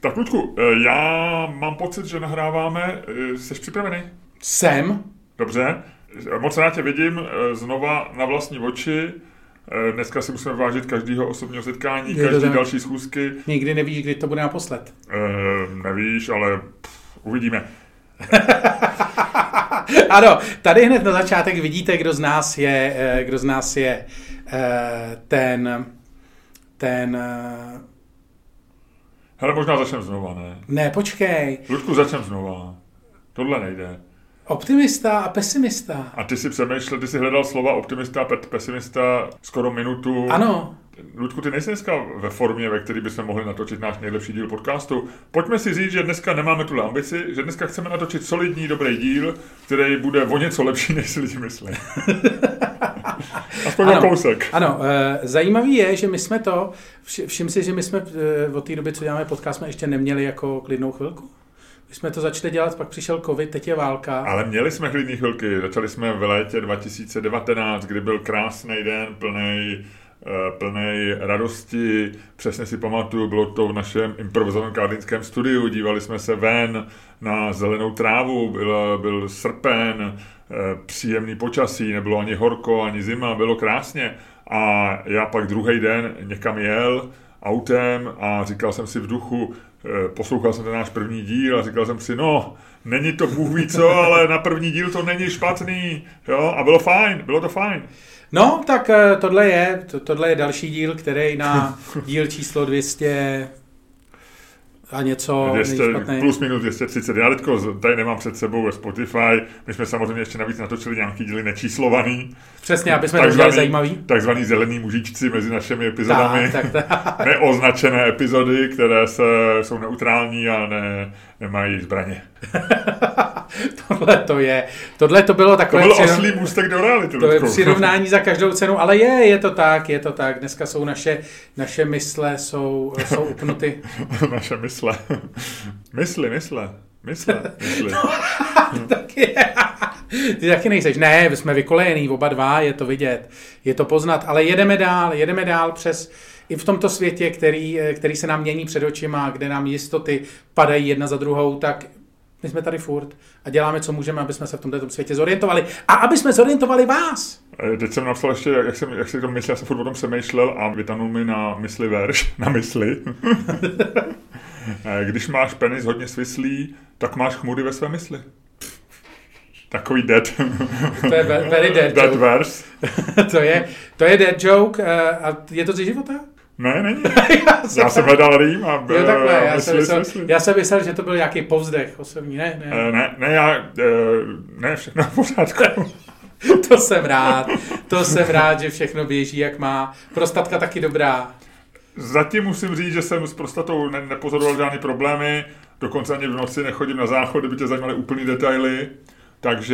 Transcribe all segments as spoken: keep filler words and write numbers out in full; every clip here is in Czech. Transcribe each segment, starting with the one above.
Tak, Luďku, já mám pocit, že nahráváme. Jsi připravený? Jsem. Dobře. Moc rád tě vidím znova na vlastní oči. Dneska si musíme vážit každého osobního setkání, Je každý další schůzky. Nikdy nevíš, kdy to bude naposled. E, nevíš, ale pff, uvidíme. Ano, tady hned na začátek vidíte, kdo z nás je, kdo z nás je ten, ten... Hele, možná začneme znova, ne? Ne, počkej. Luďku, začneme znova. Tohle nejde. Optimista a pesimista. A ty si přemýšlel, ty si hledal slova optimista a pesimista skoro minutu. Ano. Luďku, ty nejsi dneska ve formě, ve které bychom mohli natočit náš nejlepší díl podcastu. Pojďme si říct, že dneska nemáme tuhle ambici, že dneska chceme natočit solidní, dobrý díl, který bude o něco lepší, než si lidi myslí. Aspoň ano, kousek. Ano, e, zajímavý je, že my jsme to, vš, všim si, že my jsme e, od té doby, co děláme podcast, jsme ještě neměli jako klidnou chvilku. My jsme to začali dělat, pak přišel covid, teď je válka. Ale měli jsme klidný chvilky. Začali jsme v létě dva tisíce devatenáct, kdy byl krásný den, plnej, plnej radosti. Přesně si pamatuju, bylo to v našem improvizovaném kádynském studiu. Dívali jsme se ven na zelenou trávu, byl, byl srpen, příjemný počasí, nebylo ani horko, ani zima, bylo krásně. A já pak druhý den někam jel autem a říkal jsem si v duchu, poslouchal jsem ten náš první díl a říkal jsem si, no, není to Bůh ví co, ale na první díl to není špatný, jo, a bylo fajn, bylo to fajn. No, tak tohle je, to, tohle je další díl, který na díl číslo dvě stě a něco dvě stě, plus minus dvě stě třicet. Já teďko tady nemám před sebou ve Spotify. My jsme samozřejmě ještě navíc natočili nějaký díly nečíslovaný. Přesně, aby jsme to udělali zajímavý. Takzvaný zelený mužičci mezi našimi epizodami. Tak, tak, tak. Neoznačené epizody, které se, jsou neutrální a ne, nemají zbraně. Tohle to je. Tohle to bylo takové... To byl přirov... oslý můstek do reality. To je přirovnání za každou cenu, ale je, je to tak, je to tak. Dneska jsou naše, naše mysle, jsou, jsou upnuty. Naše mysle. Mysli, mysle. Mysle, mysli. Taky. Ty taky nejseš. Ne, jsme vykolejený oba dva, je to vidět, je to poznat, ale jedeme dál, jedeme dál přes i v tomto světě, který, který se nám mění před očima, kde nám jistoty padají jedna za druhou, tak my jsme tady furt a děláme, co můžeme, aby jsme se v tomto světě zorientovali a aby jsme zorientovali vás. Teď jsem napsal ještě, jak jsem, jak jsem to myslel, já jsem furt o tom přemýšlel a vytanul mi na mysli verš, na mysli. Když máš penis hodně svislý, tak máš chmury ve své mysli. Takový dead. To je very dead, dead joke. verse. to, je, to je dead joke a je to ze života? Ne, není. já, jsem, já jsem hledal rým a jo, takhle, já, mysli, jsem myslel, mysli. já jsem myslel, že to byl nějaký povzdech osobní. Ne, ne. Uh, ne, ne, já, uh, ne, všechno v pořádku. To jsem rád, to jsem rád, že všechno běží, jak má. Prostatka taky dobrá. Zatím musím říct, že jsem s prostatou ne- nepozoroval žádný problémy, dokonce ani v noci nechodím na záchod, kdyby tě zajímaly úplný detaily, takže,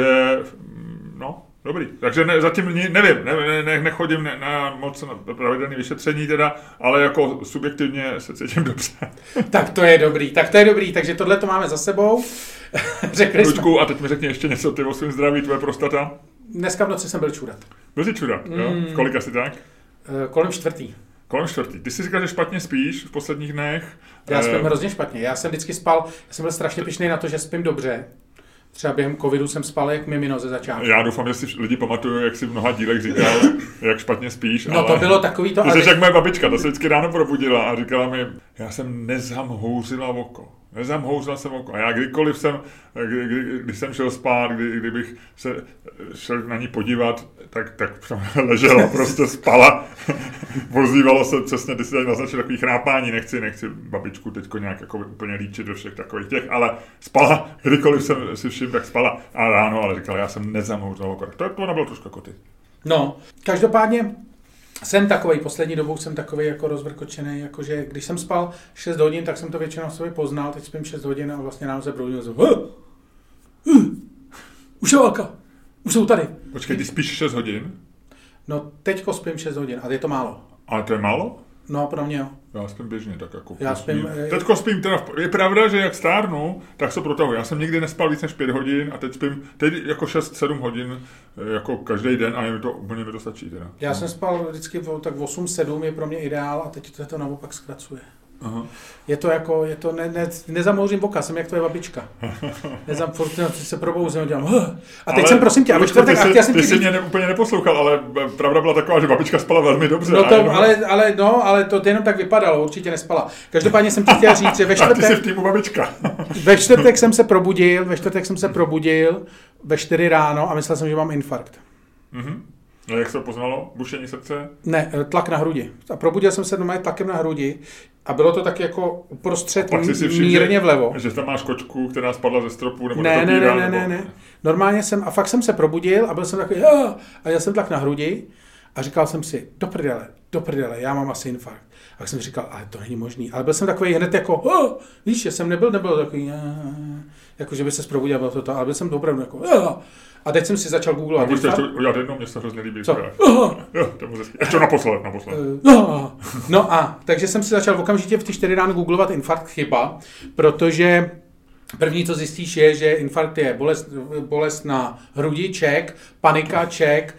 no, dobrý. Takže ne, zatím ne, nevím, ne, ne, nechodím ne, na moc na pravidelné vyšetření teda, ale jako subjektivně se cítím dobře. Tak to je dobrý, tak to je dobrý, takže tohle to máme za sebou. Řekli Luďku, jsme. a teď mi řekni ještě něco ty o svém zdraví, tvoje prostata. Dneska v noci jsem byl čurat. Byl jsi čurat, jo? Mm. Kolik asi tak? Kolem čtvrtý. Kolem čtvrtý. Ty jsi říkal, že špatně spíš v posledních dnech. Já spím hrozně špatně. Já jsem vždycky spal, já jsem byl strašně pyšnej na to, že spím dobře. Třeba během covidu jsem spal jak mimino ze začátku. Já doufám, že si lidi pamatují, jak si v mnoha dílech říkal, jak špatně spíš. No ale... to bylo takový to... Ty jsi jak moje babička, ta se vždycky ráno probudila a říkala mi, já jsem nezamhouřila oko. Nezamhouřila jsem oko. A já kdykoliv jsem, kdy, kdy, když jsem šel spát, kdy, kdybych se šel na ní podívat, tak, tak ležela, prostě spala. Vozívalo se přesně, ty si tady naznačil takový chrápání, nechci, nechci babičku teďko nějak jako úplně líčit do všech takových těch, ale spala, kdykoliv jsem si všiml, tak spala. A ráno, ale říkala, já jsem nezamhouřila oko. To, to nebylo trošku jako ty. No, každopádně jsem takovej, poslední dobou jsem takovej jako rozvrkočený, jakože když jsem spal šest hodin, tak jsem to většinou v sobě poznal, teď spím šest hodin a vlastně nám se proudil jsem, uh, uh, už je válka, už jsou tady. Počkej, ty spíš šest hodin? No, teďko spím šest hodin a je to málo. Ale to je málo? No, pro mě jo. Já spím běžně, tak jako... Já spím... Teďko spím teda... Je pravda, že jak stárnu, tak se protahuji. Já jsem nikdy nespal víc než pět hodin a teď spím... Teď jako šest sedm hodin jako každý den a je mi to úplně mi to stačí teda. Já no. jsem spal vždycky tak osm sedm je pro mě ideál a teď to, to naopak zkracuje. Aha. Je to jako, je to, ne, ne, nezamouřím oka, jsem jak tvoje babička. Nezam, furt se probouzím a dělám, huh. A teď ale, jsem, prosím tě, a ve čtvrtek, ty, a jsem ty ti jsi mě ne, úplně neposlouchal, ale pravda byla taková, že babička spala velmi dobře. No to, jenom... ale, ale, no, ale to jenom tak vypadalo, určitě nespala. Každopádně jsem ti chtěl říct, že ve čtvrtek... A ty jsi v týmu babička. Ve čtvrtek jsem se probudil, ve čtvrtek jsem se probudil ve čtyři ráno a myslel jsem, že mám infarkt. Mhm. No jak se to poznalo? Bušení srdce? Ne, tlak na hrudi. A probudil jsem se doma tlakem na hrudi a bylo to tak jako uprostřed mírně vlevo. Že tam máš kočku, která spadla ze stropu nebo ne, ne, ne, ne, nebo... ne, ne. Normálně jsem, a fakt jsem se probudil a byl jsem takový, ah, a já jsem tlak na hrudi a říkal jsem si, do prdele, do prdele, já mám asi infarkt. A tak jsem říkal, ale to není možný. Ale byl jsem takový hned jako, oh, víš, že jsem nebyl, nebyl takový, ah, jako že by se probudil, bylo to to, ale byl jsem opravdu jako, ah. A teď jsem si začal googlovat. Můžete ještě udělat jednou, mě se hrozně líbí. Co? Jo, to může ještě naposled, naposled. No, no a, takže jsem si začal okamžitě v ty čtyři ráno googlovat infarkt, chyba, protože první, co zjistíš, je, že infarkt je bolest, bolest na hrudi, ček, panika, ček,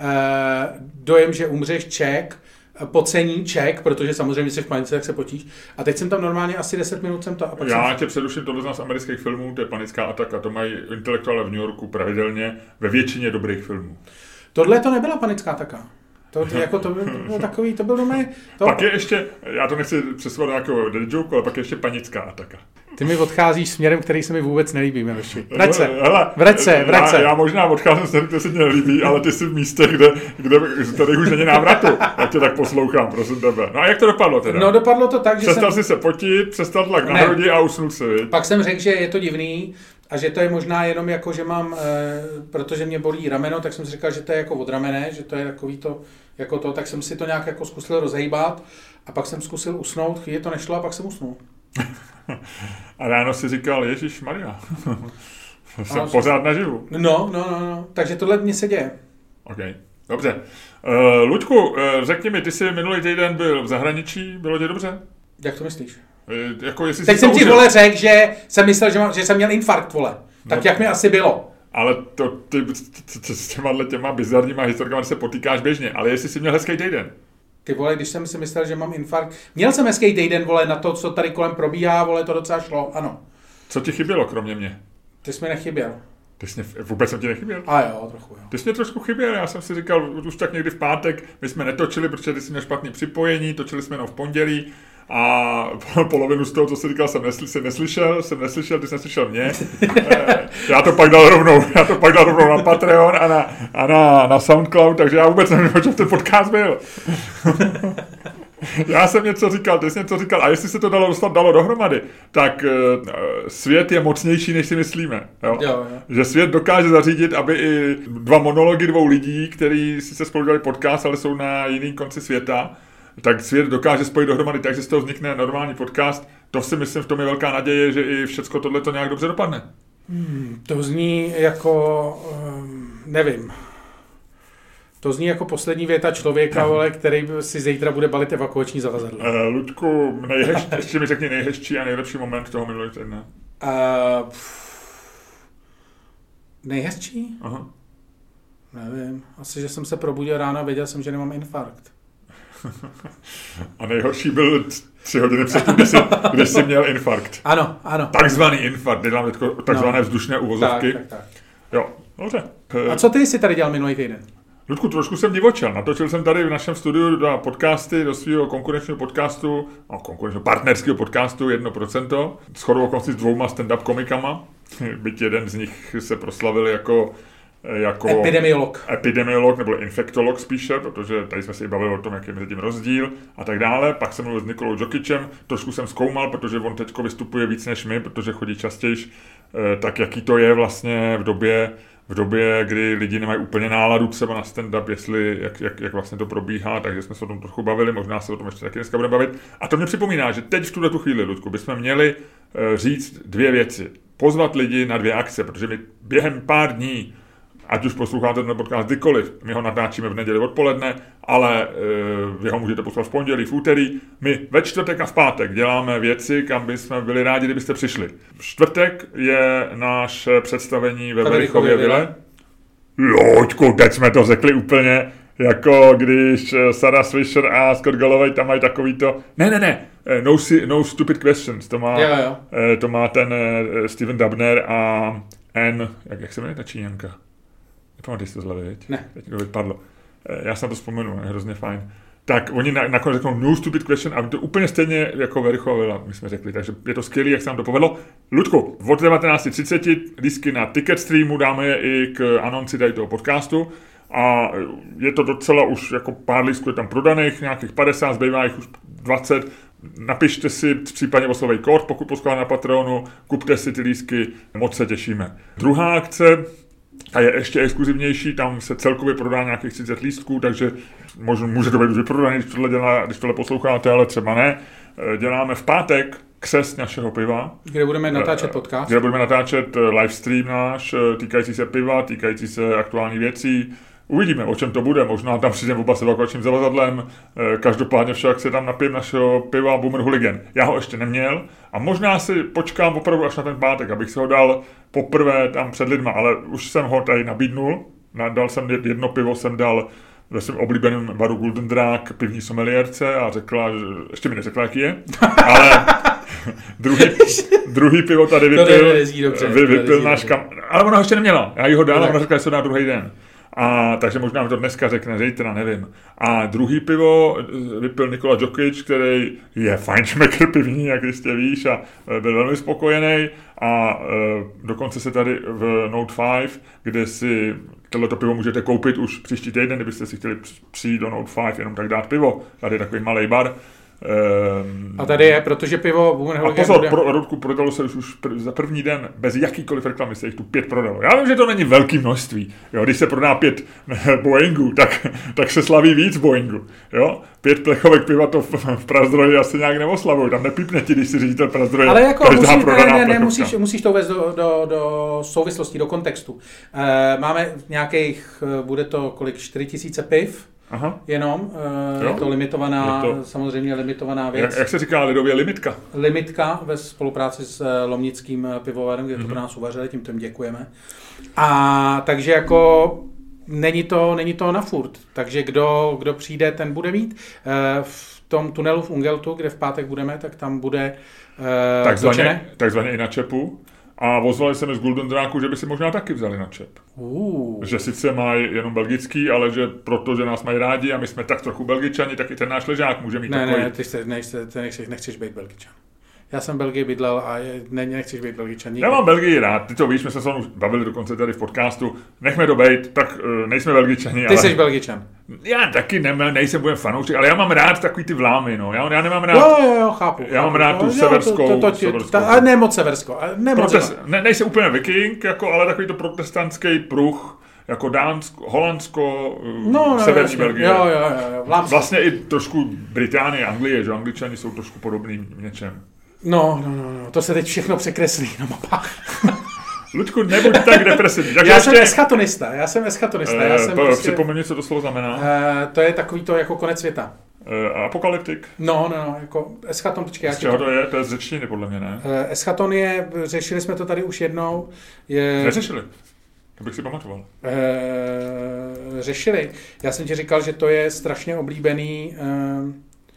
eh, dojem, že umřeš, ček, pocení, ček, protože samozřejmě jsi v panice, tak se potíš. A teď jsem tam normálně asi deset minut jsem to. A pak Já jsem... tě předuším, tohle znám z amerických filmů, to je panická ataka, to mají intelektuálové v New Yorku pravidelně ve většině dobrých filmů. Tohle to nebyla panická ataka. To, to, jako to, byl, to byl takový, to byl doma... To... Pak je ještě, já to nechci přesovat nějakou dead joke, ale pak je ještě panická ataka. Ty mi odcházíš směrem, který se mi vůbec nelíbí, Miloši. Vrať se, vrať se, vrať se. Já, já možná odcházím směrem, který se mi nelíbí, ale ty jsi v místě, kde, kde tady už není návratu. Já tě tak poslouchám, prosím tebe. No a jak to dopadlo teda? No dopadlo to tak, že přestal jsem... si se potit, přestal tlak na hrudi a usnul si. Pak jsem řekl, že je to divný a že to je možná jenom jako, že mám, e, protože mě bolí rameno, tak jsem si říkal, že to je jako od ramene, že to je takový to, jako to, tak jsem si to nějak jako zkusil rozhejbat a pak jsem zkusil usnout, chvíli to nešlo a pak jsem usnul. A ráno si říkal, ježišmarja, jsem ano, pořád naživu. No, no, no, no, takže tohle mě se děje. OK, dobře. Uh, Luďku, uh, řekni mi, ty jsi minulý týden byl v zahraničí, bylo ti dobře? Jak to myslíš? Uh, jako jestli Teď jsem ti, vole, řekl, že jsem myslel, že, mám, že jsem měl infarkt, vole. Tak no, jak mi asi bylo? Ale to, ty, ty, ty s těma těma bizarníma historkama se potýkáš běžně, ale jestli jsi měl hezký týden. Ty vole, když jsem si myslel, že mám infarkt. Měl jsem hezký týden, vole, na to, co tady kolem probíhá, vole, to docela šlo, ano. Co ti chybělo, kromě mě? Ty jsi mi nechyběl. Ty jsi, vůbec jsem ti nechyběl? A jo, trochu jo. Ty jsi mě trošku chyběl, já jsem si říkal, už tak někdy v pátek, my jsme netočili, protože ty jsi měl špatný připojení, točili jsme jenom v pondělí a polovinu z toho, co jsi říkal, jsem nesly, neslyšel, jsem neslyšel, ty jsi neslyšel mě. Já to pak dal rovnou, já to pak dal rovnou na Patreon a na, a na, na SoundCloud, takže já vůbec nevím, o čem ten podcast byl. Já jsem něco říkal, ty jsi něco říkal, a jestli se to dalo dostat, dalo dohromady, tak uh, svět je mocnější, než si myslíme. Jo? Jo, jo. Že svět dokáže zařídit, aby i dva monology dvou lidí, kteří si se spolu dělali podcast, ale jsou na jiný konci světa, tak svět dokáže spojit dohromady, takže z toho vznikne normální podcast. To si myslím, v tom je velká naděje, že i všecko tohle to nějak dobře dopadne. Hmm, to zní jako, um, nevím, to zní jako poslední věta člověka, vole, který si zítra bude balit evakuační zavazadlo. Uh, Luďku, nejhezčí, ještě mi řekni nejhezčí a nejlepší moment toho minulého týdne. Uh, nejhezčí? Aha. Nevím, asi, že jsem se probudil ráno a věděl jsem, že nemám infarkt. A nejhorší byl tři hodiny předtím, když jsi, když jsi měl infarkt. Ano, ano. Takzvaný infarkt, dělám takzvané no. vzdušné uvozovky. Tak, tak, tak. Jo, dobře. A co ty jsi tady dělal minulý týden? Ludku, trošku jsem divočel. Natočil jsem tady v našem studiu dva podcasty do svého konkurenčního podcastu, no, konkurenčního partnerského podcastu jedno procento, shodou okolností s dvouma stand-up komikama. Byť jeden z nich se proslavil jako jako epidemiolog. epidemiolog nebo infektolog spíše, protože tady jsme se i bavili o tom, jaký je mezi tím rozdíl a tak dále. Pak jsem mluvil s Nikolou Jokičem, trošku jsem zkoumal, protože on teďko vystupuje víc než my, protože chodí častěji, tak jaký to je vlastně v době, v době, kdy lidi nemají úplně náladu třeba na stand-up, jestli, jak, jak, jak vlastně to probíhá, takže jsme se o tom trochu bavili, možná se o tom ještě taky dneska budeme bavit. A to mě připomíná, že teď v tuhle tu chvíli, Ludku, bychom měli říct dvě věci. Pozvat lidi na dvě akce, protože my během pár dní, ať už posloucháte ten podcast kdykoliv, my ho natáčíme v neděli odpoledne, ale uh, vy ho můžete poslat v pondělí, v úterý. My ve čtvrtek a v pátek děláme věci, kam bychom byli rádi, kdybyste přišli. V čtvrtek je naše představení ve Verichově vile. Loďku, teď jsme to řekli úplně, jako když Sarah Swisher a Scott Galloway tam mají takový to, ne, ne, ne, no, no stupid questions, to má, jo, jo. to má ten Steven Dubner a Anne, jak, jak se jmenuje ta Číňanka? Nepamatuješ to zle, viď? Ne. Teď mi to vypadlo. Já se na to vzpomenu, je hrozně fajn. Tak oni na, nakonec řeknou no stupid question a to úplně stejně jako Verichova, my jsme řekli, takže je to skvělý, jak se nám to povedlo. Ludku, od devatenáct třicet lístky na Ticket Streamu dáme je i k anonci tady toho podcastu a je to docela už jako pár lístků je tam prodaných, nějakých padesát, zbývá jich už dvacet. Napište si případně oslovej kód, pokud posloucháte na Patreonu, kupte si ty lístky, moc se těšíme. Druhá akce, ta je ještě exkluzivnější, tam se celkově prodá nějakých třicet lístků, takže možná může to být už vyprodaný, když tohle, dělá, když tohle posloucháte, ale třeba ne. Děláme v pátek křest našeho piva. Kde budeme natáčet podcast. Kde budeme natáčet livestream náš, týkající se piva, týkající se aktuální věcí. Uvidíme, o čem to bude, možná tam přijdeme oba s evakuačním zavazadlem, každopádně však se tam napijem našeho piva Boomer Hooligan. Já ho ještě neměl a možná si počkám opravdu až na ten pátek, abych se ho dal poprvé tam před lidma, ale už jsem ho tady nabídnul, dal jsem jedno pivo, jsem dal ve svém oblíbeném baru Golden Drak pivní someliérce a řekla, že, ještě mi neřekla, jaký je, ale druhý, druhý pivo tady vypil, dobře, vy, vypil náš kam, ale ona ho ještě neměla, já jí ho dal a ona řekla, že se dá druhý den. A takže možná mi to dneska řekne, zítra, nevím. A druhý pivo vypil Nikola Jokic, který je fajnšmekr pivní, jak jistě víš, a byl velmi spokojený. A e, dokonce se tady v Note pět, kde si tohleto pivo můžete koupit už příští týden, kdybyste si chtěli přijít do Note pět, jenom tak dát pivo. Tady je takový malej bar. Um, a tady je, protože pivo Boomer Hooligan. A pozor, bude... pro, Rodku, prodalo se už, už pr- za první den bez jakýkoliv reklamy se jich tu pět prodalo. Já vím, že to není velký množství. Jo, když se prodá pět Boeingů, tak, tak se slaví víc Boeingů. Jo? Pět plechovek piva to v, v Prazdroji asi nějak neoslavují. Tam nepípne ti, když si ředitel Prazdroje. Ale jako musí, ne, ne, ne, musíš, musíš to uvést do, do, do souvislosti, do kontextu. E, máme nějakých, bude to kolik, čtyři tisíce piv. Aha. Jenom, jo, je to limitovaná, je to, samozřejmě limitovaná věc. Jak, jak se říká lidově, limitka? Limitka ve spolupráci s Lomnickým pivovarem, kde mm-hmm. to pro nás uvařili, tímto jim děkujeme. A takže jako není to, není to na furt, takže kdo, kdo přijde, ten bude mít. V tom tunelu v Ungeltu, kde v pátek budeme, tak tam bude takzvaně, takzvaně i na čepu. A ozvali se mi z Golden Draku, že by si možná taky vzali na čep. Uh. Že sice mají jenom belgický, ale že protože nás mají rádi a my jsme tak trochu Belgičani, tak i ten náš ležák může mít ne, takový... Ne, ty, se, nechce, ty nechceš, nechceš být Belgičan. Já jsem v Belgii bydlel a ne, nechceš být Belgičan. Nikdy. Já mám Belgii rád, ty to víš, my jsme se už bavili dokonce tady v podcastu. Nechme to bejt, tak uh, nejsme Belgičani. Ty ale... jsi Belgičan. Já taky ne, nejsem budem fanoušek, ale já mám rád takový ty vlámy, no. Já, já nemám rád... Jo, jo, jo, chápu. Já chápu. mám rád tu jo, severskou... To, to, to, severskou ta, ale ne moc seversko. Ne moc Protest, ne, nejsem úplně viking, jako, ale takový to protestantský pruh, jako Dánsko, Holandsko, no, no, severní Belgie. Jo, jo, jo, jo. Vlastně i trošku Británie, Anglie, že Angličani jsou trošku podobný v něčem. No, no, no, no, to se teď všechno překreslí na mapách. Luďku, nebuď tak depresivní. Tak já ještě... jsem eschatonista, já jsem eschatonista. Já jsem uh, prostě... Připomeň mi, co to slovo znamená. Uh, to je takový to jako konec světa. Uh, apokalyptik? No, no, no, jako eschaton, počkej. Z čeho to je? To je z řečtiny, podle mě, ne? Uh, eschaton je, řešili jsme to tady už jednou. Je... Neřešili? To bych si pamatoval. Uh, řešili. Já jsem ti říkal, že to je strašně oblíbený... Uh,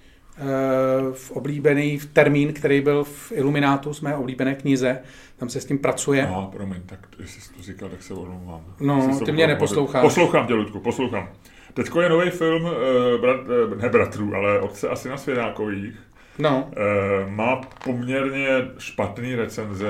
v oblíbený termín, který byl v Iluminátu, z mé oblíbené knize. Tam se s tím pracuje. Aha, promiň, tak jestli jsi to říkal, tak se omlouvám. No, ty mě neposloucháš. Poslouchám tě, Ludku, poslouchám. Teďko je nový film, uh, brat, uh, ne bratrů, ale otce asi na Svědákových. No. Uh, má poměrně špatný recenze.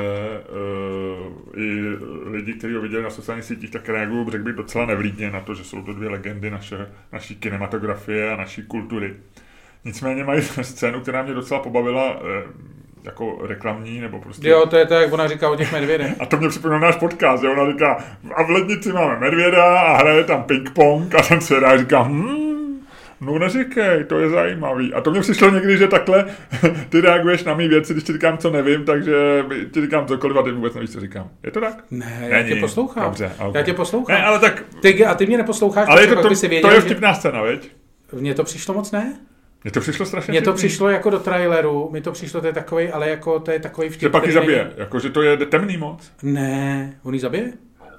Uh, I lidi, kteří ho viděli na sociálních sítích, tak reagují, řekl bych, docela nevlídně na to, že jsou to dvě legendy naše, naší kinematografie a naší kultury. Nicméně mají scénu, která mě docela pobavila, jako reklamní, nebo prostě... Jo, to je to, jak ona říká o těch medvědech. A to mě připomíná náš podcast, že ona říká, a v lednici máme medvěda a hraje tam ping-pong a ten se říká, hmm, no neříkej, to je zajímavý. A to mě přišlo někdy, že takhle ty reaguješ na mý věci, když ti říkám, co nevím, takže ti říkám cokoliv a ty vůbec nevíš, co říkám. Je to tak? Ne, já Není. tě poslouchám. Dobře, okay. Já tě poslouchám. Ne, ale tak... Ty, a ty mě neposloucháš, ale je to, to, by si věděl, to je vtipná že... scéna, veď? Mně to přišlo moc, ne? Mně to přišlo strašně Mně to vtipný. Přišlo jako do traileru, mi to přišlo, to je takový, ale jako to je takový vtip. Že pak ji zabije, není... jako že to je temný moc. Ne, on ji zabije?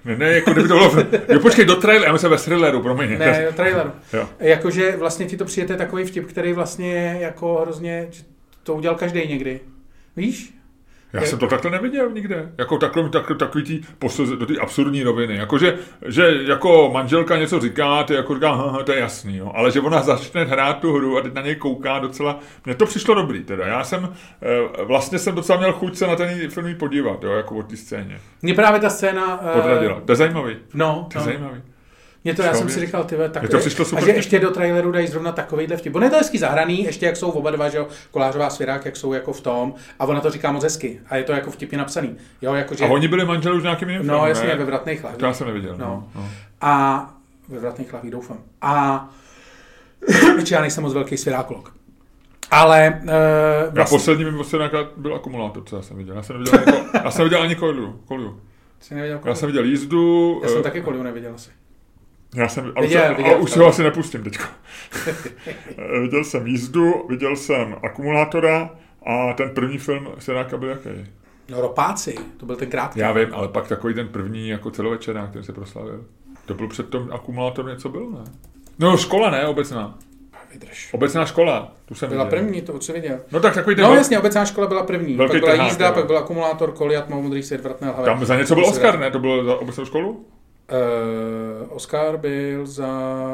Ne, ne, jako kdyby to bylo... Jo, počkej, do traileru, já jsem ve thrilleru, promiň. Ne, do traileru. Jo. Jakože vlastně ti to přijete takový vtip, který vlastně je jako hrozně... To udělal každý někdy. Víš? Já jsem to takhle neviděl nikde. Jako takhle, takhle, takový tý posl, do té absurdní roviny. Jako, že, že jako manželka něco říká, ty jako říká, aha, to je jasný, jo. Ale že ona začne hrát tu hru a teď na něj kouká docela... Mně to přišlo dobrý teda. Já jsem, vlastně jsem docela měl chuť se na ten film podívat, jo, jako o té scéně. Mně právě ta scéna... Podradila. To je zajímavý. No. To je no. zajímavý. Mě to, já jsem si říkal, tyhle, tak, to přišlo super a že ještě do traileru dají zrovna takovýhle vtip. On je to hezky zahraný, ještě jak jsou oba dva, že jo, Kolářová Svěrák, jak jsou jako v tom, a ona to říká moc hezky. A je to jako vtipně napsaný. Jo, jako, že... A oni byli manželé už nějakým jiným filmem, No jasně, ne? ve Vratných lahvích. To já jsem neviděl. No. No. A ve Vratných lahvích doufám. A já nejsem moc velký Svěrákolog. Ale... Uh, vlastně... Já poslední mimo Svěráka byl Akumulátor, co já jsem viděl. Já jsem neviděl ani, já jsem viděl ani Koliu. Koliu. Já jsem viděl Jízdu. Já jsem uh... taky Koliu neviděl asi. Já jsem, ale, viděl, jsem, viděl, ale už si ho asi nepustím teďko. Viděl jsem Jízdu, viděl jsem Akumulátora a ten první film Svěráka byl jaký? No Ropáci, to byl ten krátký. Já vím, ale pak takový ten první jako celovečerák, který se proslavil. To byl před tom Akumulátorem něco byl, ne? No škola, ne? Obecná. Vydrž. Obecná škola, tu jsem byla viděl. první, to už si viděl. No tak takový ten... No jasně, obecná škola byla první. Pak byla trhák, Jízda, jo. pak byl Akumulátor, Koliat, Modrý svět, Vratné lahve. Tam za něco byl Oscar, ne? To bylo za obecnou školu? Uh, Oscar byl za...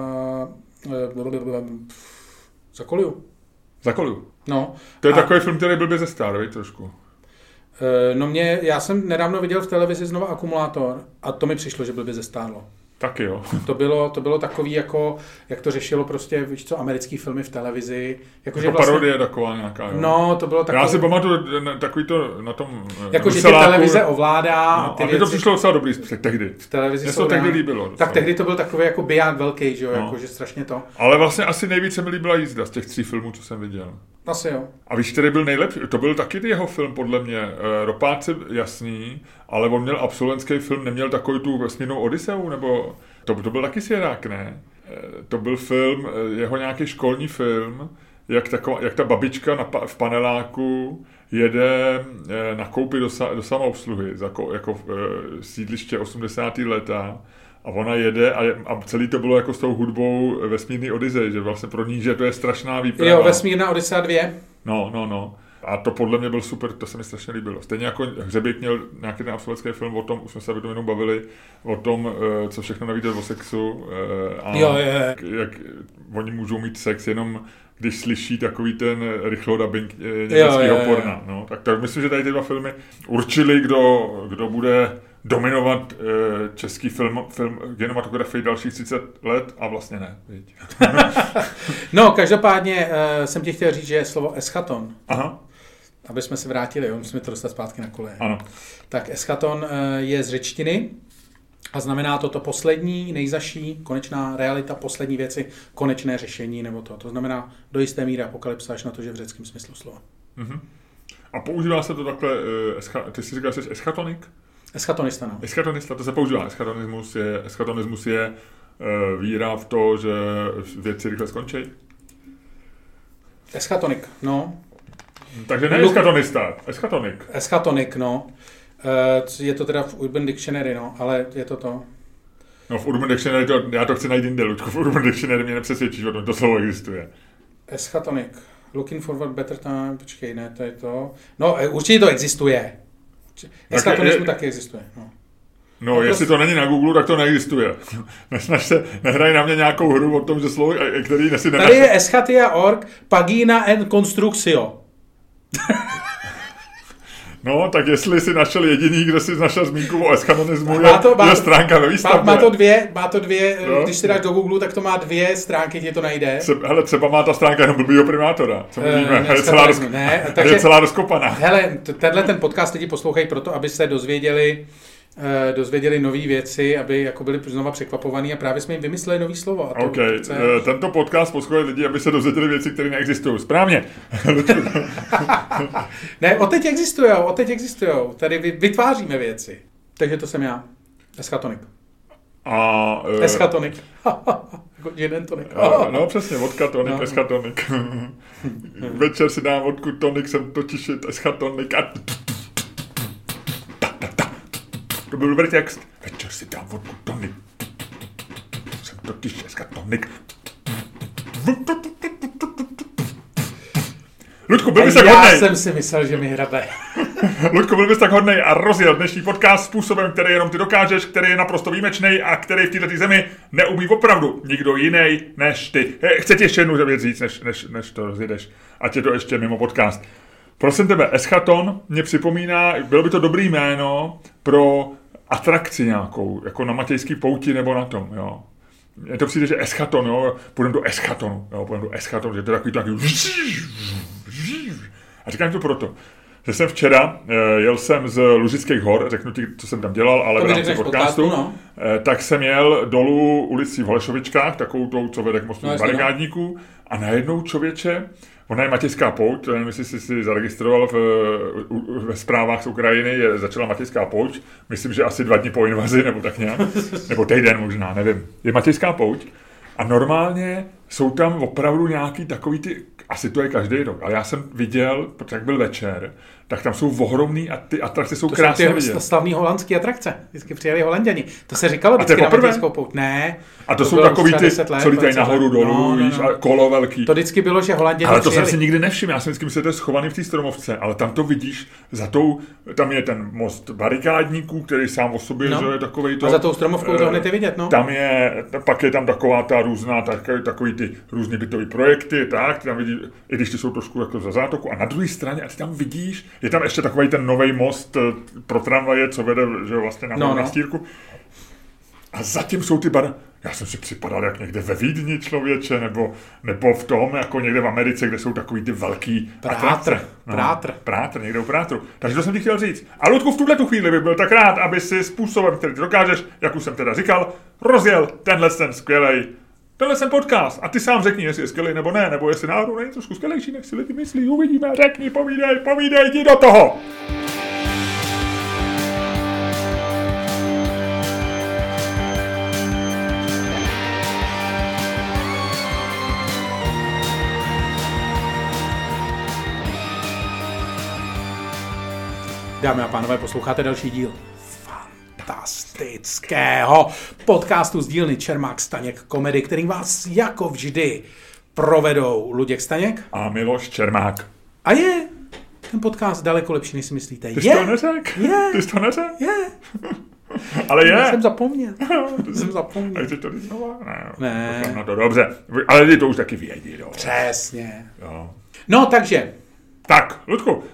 Uh, za Koliu. Za Koliu. No. To je a... takový film, který byl by ze Star, víš, trošku. Uh, no mě, já jsem nedávno viděl v televizi znova Akumulátor a to mi přišlo, že byl by zestárlo. Taky jo. To bylo, to bylo takový, jako, jak to řešilo prostě, víš co, americký filmy v televizi. Jako, jako vlastně, parodie taková nějaká, jo. No, to bylo takový... Já si pamatuju takový to na tom... Jako, že tě televize ovládá. No, ty a věci... to přišlo docela dobrý tehdy. V televizi Mně to tehdy líbilo. Docela. Tak tehdy to byl takový jako biják velký, že jo, no. jako, že strašně to. Ale vlastně asi nejvíce mi líbila Jízda z těch tří filmů, co jsem viděl. Asi jo. A víš, který byl nejlepší? To byl taky jeho film, podle mě. Ropáci, jasný, ale on měl absolventský film, neměl takovou tu vesmírnou Odiseu, nebo... To, to byl taky Svěrák, ne? To byl film, jeho nějaký školní film, jak, taková, jak ta babička na, v paneláku jede nakoupit do, do samoobsluhy, jako, jako sídliště osmdesátá léta. A ona jede a, je, a celý to bylo jako s tou hudbou Vesmírný Odisej, že vlastně pro ní, že to je strašná výprava. Jo, Vesmírná Odisea dvě. No, no, no. A to podle mě byl super, to se mi strašně líbilo. Stejně jako Hřebík měl nějaký ten absolventský film o tom, už jsme se o tom jenom bavili, o tom, co všechno nevíte o sexu. A jo, je. Jak, jak oni můžou mít sex jenom, když slyší takový ten rychlodubbing německého porna. No, tak, tak myslím, že tady ty dva filmy určili, kdo, kdo bude dominovat český film, film kinematografii dalších třicet let a vlastně ne. No, každopádně uh, jsem ti chtěl říct, že je slovo eschaton. Aha. Aby jsme se vrátili, jo, musíme to dostat zpátky na koleje. Ano. Tak eschaton uh, je z řečtiny a znamená to to poslední, nejzaší, konečná realita, poslední věci, konečné řešení nebo to. To znamená do jisté míry apokalypsa, až na to, že v řeckém smyslu slova. Uh-huh. A používá se to takhle, uh, escha, ty jsi říkal, že jsi eschatonik? Eschatonista, no. Eschatonista, to se používá. Eschatonismus je, eschatonismus je uh, víra v to, že věci rychle skončí. Eschatonik, no. Takže ne eschatonista, eschatonik. Eschatonik, no. Uh, je to teda v Urban Dictionary, no, ale je to to. No v Urban Dictionary, to, já to chci najít jinde, Luďku, v Urban Dictionary mě nepřesvědčíš o tom, to slovo existuje. Eschatonik. Looking forward better time, počkej, ne, to je to. No, určitě to existuje. Eschatonismus taky existuje, no. No, no jestli to není na Google, tak to neexistuje. Nesnaž se, nehraj na mě nějakou hru o tom, že slovo, který nesi nenašel. Tady je eschatia tečka org, pagina and constructio. No, tak jestli jsi našel jediný, kde jsi našel zmínku o eschatonismu, má to, je, má je to, stránka ve výstavbě. Má, má to dvě, má to dvě, no. Když si dáš do Google, tak to má dvě stránky, tě to najde. Třeba, hele, třeba má ta stránka jenom blbýho primátora, co mluvíme, uh, je, celá roz, ne, takže, je celá rozkopaná. Hele, tenhle ten podcast lidi poslouchají proto, aby se dozvěděli, uh, dozvěděli nové věci, aby jako byli znova překvapovaní a právě jsme jim vymysleli nový slovo. A to OK, chce... uh, tento podcast poslouchají lidi, aby se dozvěděli věci, které neexistují. Správně. Ne, odteď existujou, odteď existujou. Tady vytváříme věci. Takže to jsem já. Eschatonik. A... Uh, Eschatonik. Jako gin and tonic. Uh, no přesně, vodka, tonik, no. Eschatonik. Večer si dám vodku, tonik, jsem totiž eschatonik a... To byl dobrý text. Večer si dám vodku tonik. Jsem totiž dneska tonik. Luďku, byl bys tak hodnej. Já jsem si myslel, že mi hrabe. Luďku, byl bys tak hodnej a rozjel dnešní podcast způsobem, který jenom ty dokážeš, který je naprosto výjimečný a který v této zemi neumí opravdu nikdo jiný než ty. Chci ti ještě jednu věc říct, než, než, než to rozjedeš. Ať je to ještě mimo podcast. Prosím tebe, Eschaton mě připomíná, bylo by to dobrý jméno pro atrakci nějakou, jako na Matějský pouti nebo na tom, jo. Mně to přijde, že Eschaton, jo, půjdeme do Eschatonu, jo, půjdeme do Eschatonu, že to je takový takový a říkám to proto, že jsem včera, jel jsem z Lužických hor, řeknu ti, co jsem tam dělal, ale v rámci podcastu, no. Tak jsem jel dolů ulicí v Holešovičkách, takovou tou, co vede k mostu no, Barikádníků, a najednou člověče, ona je Matějská pouť, nevím, jestli jsi si zaregistroval v, ve zprávách z Ukrajiny, je, začala Matějská pouť, myslím, že asi dva dny po invazi, nebo tak nějak, nebo týden možná, nevím. Je Matějská pouť a normálně jsou tam opravdu nějaký takový ty, asi to je každý rok, ale já jsem viděl, protože jak byl večer, tak tam jsou ohromný a ty atrakce jsou to krásně vidět. To jsou ty slavný holandský atrakce, vždycky přijeli Holanděni. To se říkalo vždycky na Matějskou pouť. Ne. A to, to jsou takový ty, co lítají nahoru dolů, no, no, no. A kolo velký. To vždycky bylo, že Holanděni ale to přijeli. jsem si nikdy nevšiml, já jsem vždycky myslel, že to je schovaný v té stromovce, ale tam to vidíš, za tou, tam je ten most barikádníků, který sám o sobě, no. Že je takovej to. A za tou stromovkou to hned vidět, no. Tam je, pak je tam taková ta různá, takový, takový ty různý bytový projekty, tak, ty tam vidíš, i když ty jsou trošku jako za zátoku, a na druhé straně, a ty tam vidíš, je tam ještě takový ten nový most pro tramvaje, co vede, že vlastně na, no, na stírku. A zatím jsou ty bar... Já jsem si připadal jak někde ve Vídni, člověče, nebo, nebo v tom, jako někde v Americe, kde jsou takový ty velký Prátr, no, prátr. Prátr, někde u Prátru. Takže to jsem ti chtěl říct. A Ludku, v tuhle tu chvíli bych byl tak rád, aby si způsobem, který ty dokážeš, jak už jsem teda říkal, rozjel tenhle ten skvělej, tenhle ten podcast. A ty sám řekni, jestli je skvělej nebo ne, nebo jestli náhodou není trošku skvělejší, než si lidi myslí, uvidíme, řekni, povídej, povídej, jdi do toho. Dámy a pánové, posloucháte další díl fantastického podcastu z dílny Čermák Staněk Komedy, který vás jako vždy provedou Luděk Staněk a Miloš Čermák. A je ten podcast daleko lepší, než si myslíte. Ty jsi to neřek? Je. Ty jsi to neřek? Je. Ale je. Já jsem zapomněl. jsem zapomněl. A jsi to znova? Ne. Ne. No to dobře. Ale lidi to už taky vědí. Jo. Přesně. Jo. No, takže. Tak, Ludku. Uh,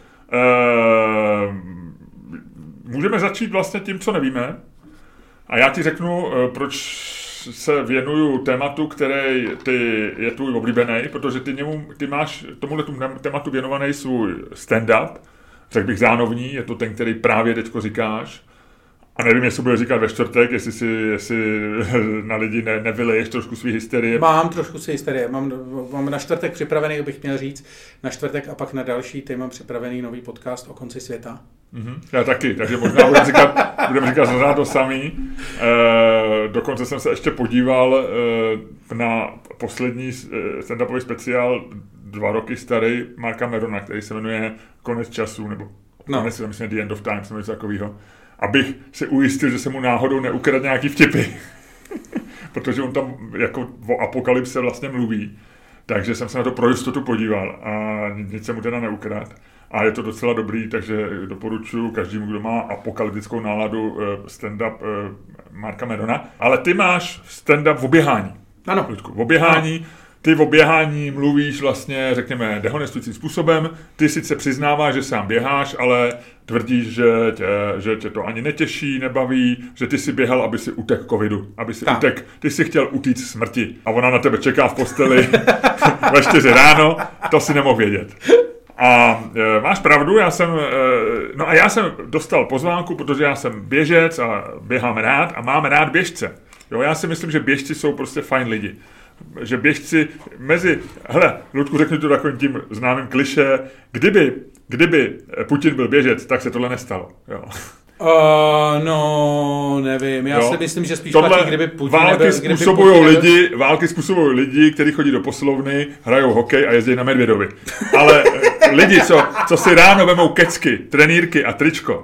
můžeme začít vlastně tím, co nevíme. A já ti řeknu, uh, proč se věnuju tématu, který ty, je tvůj oblíbený, protože ty, němu, ty máš tomuhle tématu věnovaný svůj stand-up. Řekl bych zánovní, je to ten, který právě teďko říkáš. A nevím, jestli bude říkat ve čtvrtek, jestli si jestli na lidi ne, nevyleješ trošku svý hysterie. Mám trošku si hysterie. Mám, mám na čtvrtek připravený, bych měl říct, na čtvrtek a pak na další týden mám připravený nový podcast o konci světa. Mm-hmm. Já taky, takže možná budeme říkat, budeme říkat zase to samý. E, dokonce jsem se ještě podíval e, na poslední e, stand-upový speciál, dva roky starý, Marka Merona, který se jmenuje Konec času, nebo no. Konec, myslím, The End of Time, něco takového. Abych se ujistil, že se mu náhodou neukradl nějaký vtipy. Protože on tam jako o apokalypse vlastně mluví. Takže jsem se na to pro jistotu podíval a nic se mu teda neukradl. A je to docela dobrý, takže doporučuji každému, kdo má apokalyptickou náladu, stand-up Marka Merona. Ale ty máš stand-up v oběhání. Ano. Ludku, v oběhání. Ano. Ty v oběhání mluvíš vlastně, řekněme, dehonestujícím způsobem. Ty sice přiznáváš, že sám běháš, ale tvrdíš, že tě, že tě to ani netěší, nebaví, že ty si běhal, aby si utek covidu, aby si utek, ty si chtěl utíct smrti a ona na tebe čeká v posteli ve čtyři ráno, to si nemohl vědět. A e, máš pravdu, já jsem, e, no a já jsem dostal pozvánku, protože já jsem běžec a běhám rád a mám rád běžce. Jo, já si myslím, že běžci jsou prostě fajn lidi. Že běžci mezi, hele, Ludku, řekni to takovým tím známým klišé, kdyby, kdyby Putin byl běžec, tak se tohle nestalo. Jo. Uh, no, nevím, já jo. si myslím, že spíš tohle platí, kdyby Putin války nebyl... Způsobují lidi, války způsobují lidi, kteří chodí do posilovny, hrajou hokej a jezdí na Medvědovi. Ale lidi, co, co si ráno vemou kecky, trenýrky a tričko,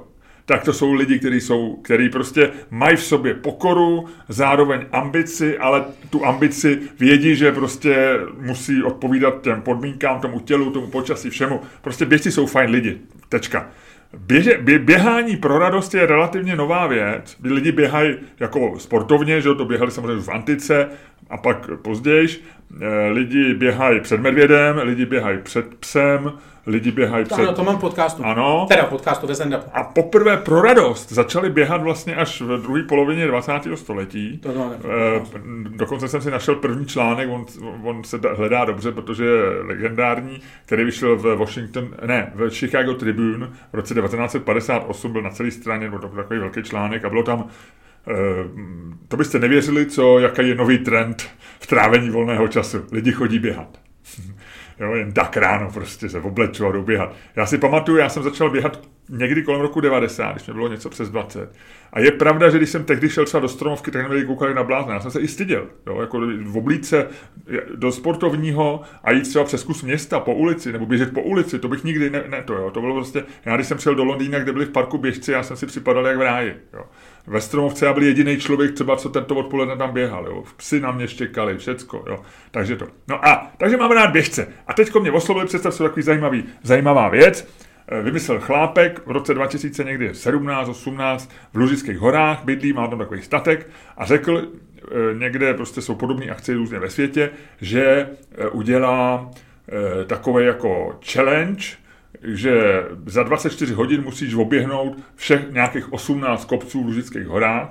tak to jsou lidi, kteří jsou, kteří prostě mají v sobě pokoru, zároveň ambici, ale tu ambici vědí, že prostě musí odpovídat těm podmínkám, tomu tělu, tomu počasí, všemu. Prostě běžci jsou fajn lidi. Tečka. Běže, bě, běhání pro radost je relativně nová věc. Lidi běhají jako sportovně, že to běhali samozřejmě v antice a pak později. Lidi běhají před medvědem, lidi běhají před psem, lidi běhají před... Ano, to mám v podcastu. Ano. Teda v podcastu ve stand-upu. A poprvé pro radost začali běhat vlastně až v druhé polovině dvacátého století. To to e, dokonce jsem si našel první článek, on, on se hledá dobře, protože je legendární, který vyšel v Washington, ne, v Chicago Tribune v roce devatenáct set padesát osm, byl na celé straně, byl to takový velký článek a bylo tam, e, to byste nevěřili, co, jaký je nový trend v trávení volného času. Lidi chodí běhat. Jo, jen tak ráno prostě se obleču a jdou běhat. Já si pamatuju, já jsem začal běhat někdy kolem roku devadesát, když mi bylo něco přes dvacet. A je pravda, že když jsem tehdy šel třeba do stromovky, tak mě koukali na blázna. Já jsem se i styděl. Jo, jako v oblíce do sportovního a jít třeba přes kus města po ulici, nebo běžet po ulici, to bych nikdy ne, ne to, jo. To bylo prostě, já když jsem šel do Londýna, kde byli v parku běžci, já jsem si připadal jak v ráji. Jo. Ve Stromovce já byl jediný člověk, třeba co tento odpoledne tam běhal. Jo. Psi na mě štěkali, všecko. Jo. Takže to. No a, takže mám rád běžce. A teďko mě oslovili, představ si takový zajímavý, zajímavá věc. Vymyslel chlápek v roce dva tisíce někdy sedmnáct, osmnáct v Lužických horách, bydlí, má tam takový statek a řekl, někde prostě jsou podobné akce různě ve světě, že udělá takový jako challenge, že za dvacet čtyři hodin musíš oběhnout všech nějakých osmnáct kopců v Lužických horách.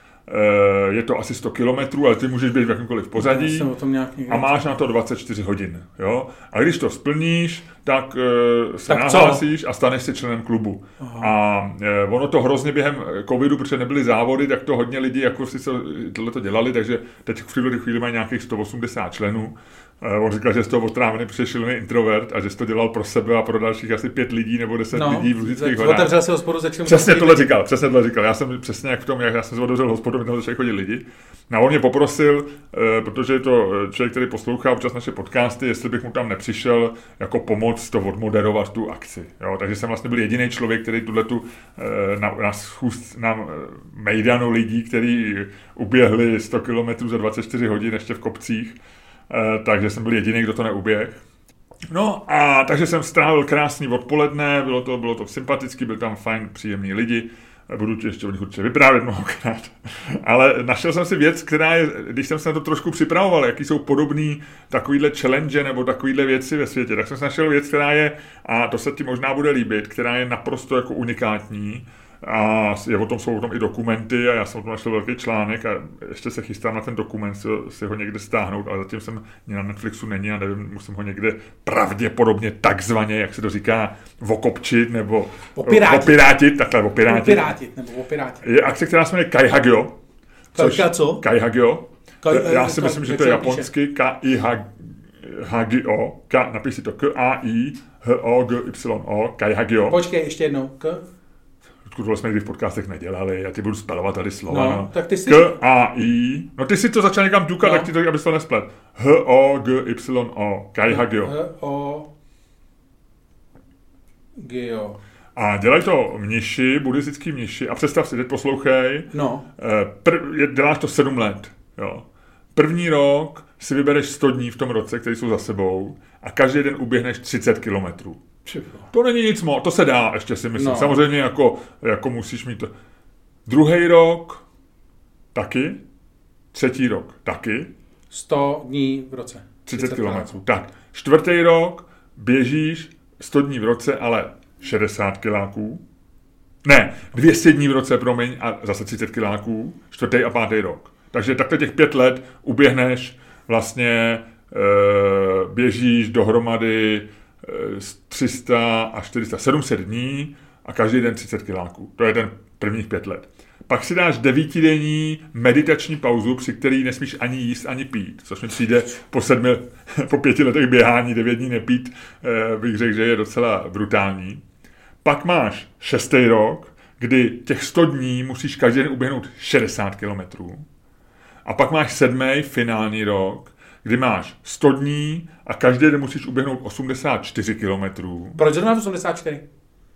Je to asi sto kilometrů, ale ty můžeš být v jakýmkoliv pořadí a máš na to dvacet čtyři hodin. Jo? A když to splníš, tak se tak nahlásíš a staneš si členem klubu. Aha. A ono to hrozně během covidu, protože nebyly závody, tak to hodně lidí jako si tohleto dělali, takže teď v této chvíli mají nějakých sto osmdesát členů. On říkal, že z toho otrávený přešilný introvert a že jsi to dělal pro sebe a pro dalších asi pět lidí nebo deset no, lidí v Lužických horách. Otevřel si hospodu, začal Přesně tohle říkal, přesně tohle říkal. Já jsem přesně jak v tom, jak já jsem si otevřel hospodu, mi tam začali chodit lidi. A on mě poprosil, protože je to člověk, který poslouchá občas naše podcasty, jestli bych mu tam nepřišel jako pomoc to odmoderovat tu akci. Jo? Takže jsem vlastně byl jediný člověk, který tuhletu na, na, schůz, na mejdanu lidí, kteří uběhli sto kilometrů za dvacet čtyři hodin ještě v kopcích. Uh, takže jsem byl jediný, kdo to neuběh. No a takže jsem strávil krásný odpoledne, bylo to, bylo to sympatický, byl tam fajn, příjemný lidi, budu ti ještě o nich určitě vyprávět mnohokrát. Ale našel jsem si věc, která je, když jsem se na to trošku připravoval, jaký jsou podobný takovýhle challenge nebo takovýhle věci ve světě, tak jsem si našel věc, která je, a to se ti možná bude líbit, která je naprosto jako unikátní. A je o tom, jsou o tom i dokumenty a já jsem o tom našel velký článek a ještě se chystám na ten dokument si, si ho někde stáhnout, ale zatím jsem na Netflixu není a nevím, musím ho někde pravděpodobně takzvaně, jak se to říká, okopčit nebo opirátit, opirátit takhle opirátit. Opirátit nebo opirátit. Je akce, která se jmenuje Kaihagyo. Kajka co? Kaihagyo. Kaj, já si kaj, myslím, že to je japonsky K I H G O. Napíš si to K A I H O G Y O. Kaihagyo. Počkej, ještě jednou. K... Tohle jsme někdy v podcastech nedělali, já ti budu spelovat tady slova. No, no. Tak ty si... K A I No ty si to začal někam dukat, no. Tak ti to, abys to nesplet. H O G Y O. Kaihagyo. H O G O. A dělají to mniši, buddhistický mniši. A představ si, teď poslouchej. No. Pr- děláš to sedm let. Jo. První rok si vybereš sto dní v tom roce, který jsou za sebou. A každý den uběhneš třicet kilometrů. To není nic moc, to se dá, ještě si myslím. No. Samozřejmě jako, jako musíš mít to. Druhý rok taky, třetí rok taky. sto dní v roce. třicet kilometrů. Tak, čtvrtý rok běžíš sto dní v roce, ale šedesát kiláků. Ne, dvě stě dní v roce, promiň, a zase třicet kiláků. Čtvrtý a pátý rok. Takže takhle těch pět let uběhneš vlastně, e, běžíš dohromady tři sta a čtyři sta, sedm set dní a každý den třicet kiláků. To je ten prvních pět let. Pak si dáš devítidenní meditační pauzu, při který nesmíš ani jíst, ani pít, což mi přijde po sedmi, po pěti letech běhání, devět dní nepít, bych řekl, že je docela brutální. Pak máš šestý rok, kdy těch sto dní musíš každý den uběhnout šedesát kilometrů. A pak máš sedmý finální rok, kdy máš sto dní a každý den musíš uběhnout osmdesát čtyři kilometrů. Proč zrovna osmdesát čtyři?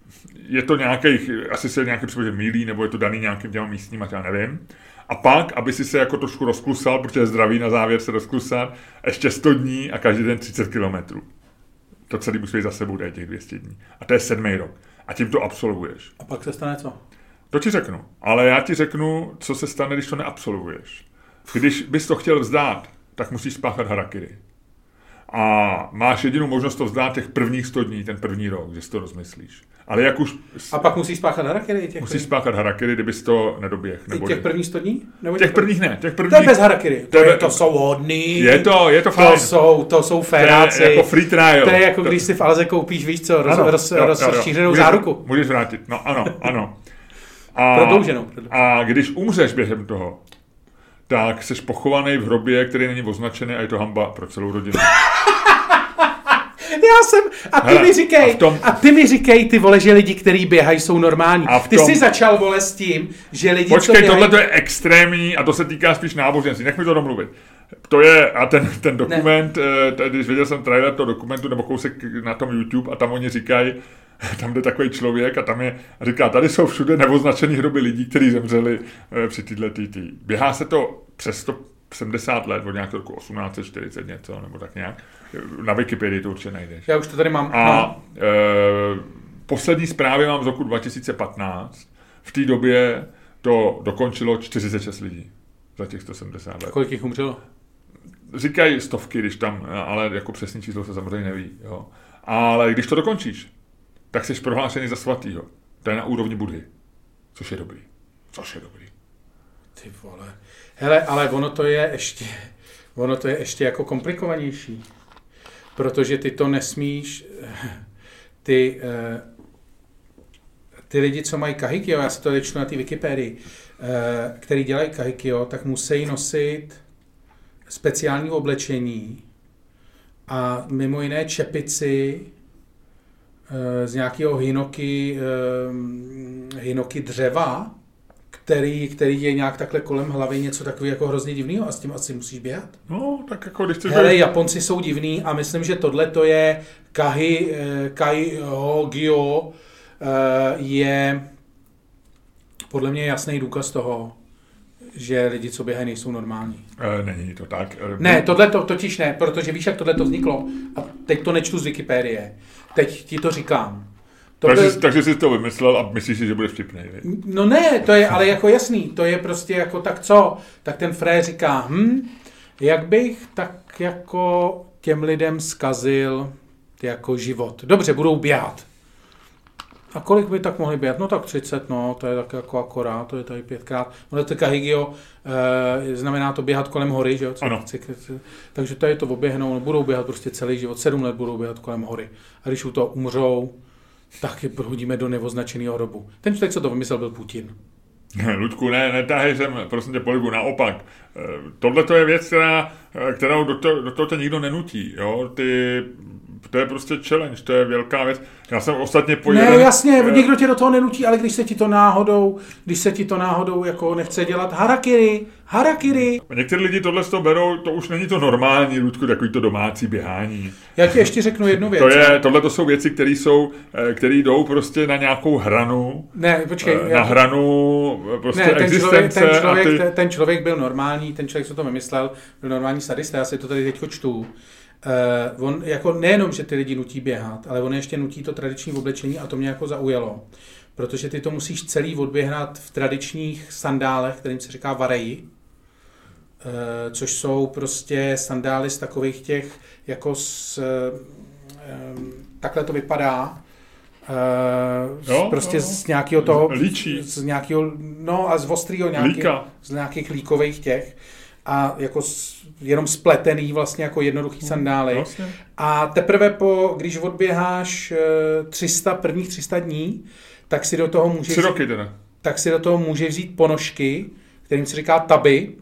je to nějakých, asi se nějaký případě mýlí, nebo je to daný nějakým těma místním, já nevím. A pak, aby si se jako trošku rozklusal, protože je zdravý na závěr se rozklusat, ještě sto dní a každý den třicet kilometrů. To celý musí za sebou dát těch dvě stě dní. A to je sedmý rok. A tím to absolvuješ. A pak se stane co? To ti řeknu. Ale já ti řeknu, co se stane, když to neabsolvuješ. Když bys to chtěl vzdát, tak musíš spáchat harakiri. A máš jedinou možnost to vzdát těch prvních sto dní, ten první rok, že si to rozmyslíš. Ale jak už... A pak musíš spáchat harakiri? Těch musíš spáchat harakiri, kdybys to nedoběh. Nebo těch prvních sto dní? Nebo těch prvních ne. Těch prvních... To je bez harakiri. To, je, to jsou hodný. Je to, je to fajn. To jsou, to jsou féráci. To je jako free trial. To je jako když si v Alze koupíš, víš co, roz, ano, roz, jo, roz, jo, jo. rozšířenou můžeš, záruku. Můžeš vrátit. No ano, ano. A, prodlouženou. A když umřeš během toho, tak jsi pochovaný v hrobě, který není označený a je to hanba pro celou rodinu. Já jsem, a ty Hele, mi říkej, a, tom, a ty mi říkej, ty vole, že lidi, kteří běhají, jsou normální. Tom, ty jsi začal, vole, s tím, že lidi, počkej, co běhají... tohle to je extrémní a to se týká spíš náboženství. Nech mi to domluvit. To je, a ten, ten dokument, ne. Když viděl jsem trailer toho dokumentu, nebo kousek na tom YouTube a tam oni říkají, tam jde takový člověk a tam je, a říká, tady jsou všude neoznačený hroby lidí, kteří zemřeli při této tý. Běhá se to přes sto sedmdesát let, od nějakého roku osmnáct set čtyřicet něco, nebo tak nějak. Na Wikipedii to určitě najdeš. Já už to tady mám. A no. e, poslední zprávy mám z roku dva tisíce patnáct. V té době to dokončilo čtyřicet šest lidí za těch sto sedmdesát let. Kolik jich umřelo? Říkají stovky, když tam, ale jako přesný číslo se samozřejmě neví. Jo. Ale když to dokončíš, tak jsi prohlášený za svatýho. To je na úrovni Budhy. Což je dobrý. Což je dobrý. Ty vole. Hele, ale ono to je ještě, ono to je ještě jako komplikovanější. Protože ty to nesmíš, ty, ty lidi, co mají kahikio, já si to čtu na té Wikipedii, který dělají kahikio, tak musí nosit speciální oblečení a mimo jiné čepici z nějakého hinoki, hinoki dřeva, který, který je nějak takhle kolem hlavy něco takový jako hrozně divného a s tím asi musíš běhat. No, tak jako když chceš... Hele, Japonci jsou divný a myslím, že tohle to je kahi, kahigio je podle mě jasný důkaz toho, že lidi, co běhají, nejsou normální. E, není to tak. E, ne, tohle to totiž ne, protože víš, jak tohle to vzniklo. A teď to nečtu z Wikipedie. Teď ti to říkám. To takže, byl... takže jsi to vymyslel a myslíš si, že bude vtipný. No ne, to je ale jako jasný. To je prostě jako tak co? Tak ten fré říká, hm, jak bych tak jako těm lidem zkazil jako život. Dobře, budou běhat. A kolik by tak mohli běhat? No tak třicet, no, to je tak jako akorát, to je tady pětkrát. No to kahigio, e, znamená to běhat kolem hory, že jo? Ano. Takže tady to oběhnou, no, budou běhat prostě celý život, sedm let budou běhat kolem hory. A když u toho umřou, tak je prohodíme do neoznačeného hrobu. Ten člověk, co to vymyslel, byl Putin. Luďku, ne, netáhej sem, prosím tě, polibu, naopak. Tohle to je věc, která, kterou do toho, do toho tě nikdo nenutí, jo? Ty... To je prostě challenge, to je velká věc. Já jsem ostatně pojeden... Ne, jasně, někdo tě do toho nenutí, ale když se ti to náhodou, když se ti to náhodou jako nechce dělat harakiri, harakiri. Někteří lidi tohle z toho berou, to už není to normální, Ludku, takový to domácí běhání. Já ti ještě řeknu jednu věc. To je, tohle to jsou věci, které jsou, které jdou prostě na nějakou hranu. Ne, počkej. Na já... hranu prostě ne, ten existence. Člověk, ten, člověk, ty... ten člověk byl normální, ten člověk, co to vymyslel, byl normální sadista, já si to tady teďko čtu. Uh, on jako nejenom, že ty lidi nutí běhat, ale on ještě nutí to tradiční oblečení a to mě jako zaujalo. Protože ty to musíš celý odběhnat v tradičních sandálech, kterým se říká vareji, uh, což jsou prostě sandály z takových těch, jako z, uh, takhle to vypadá, uh, jo, prostě jo. z nějakého toho, líčí. z nějakého, no a z ostrýho nějakých, z nějakých líkových těch a jako jenom spletený vlastně jako jednoduchý sandály. Vlastně. A teprve po, když odběháš tři sta, prvních tři sta dní, tak si do toho můžeš, roky teda. tak si do toho můžeš vzít ponožky, kterým se říká taby.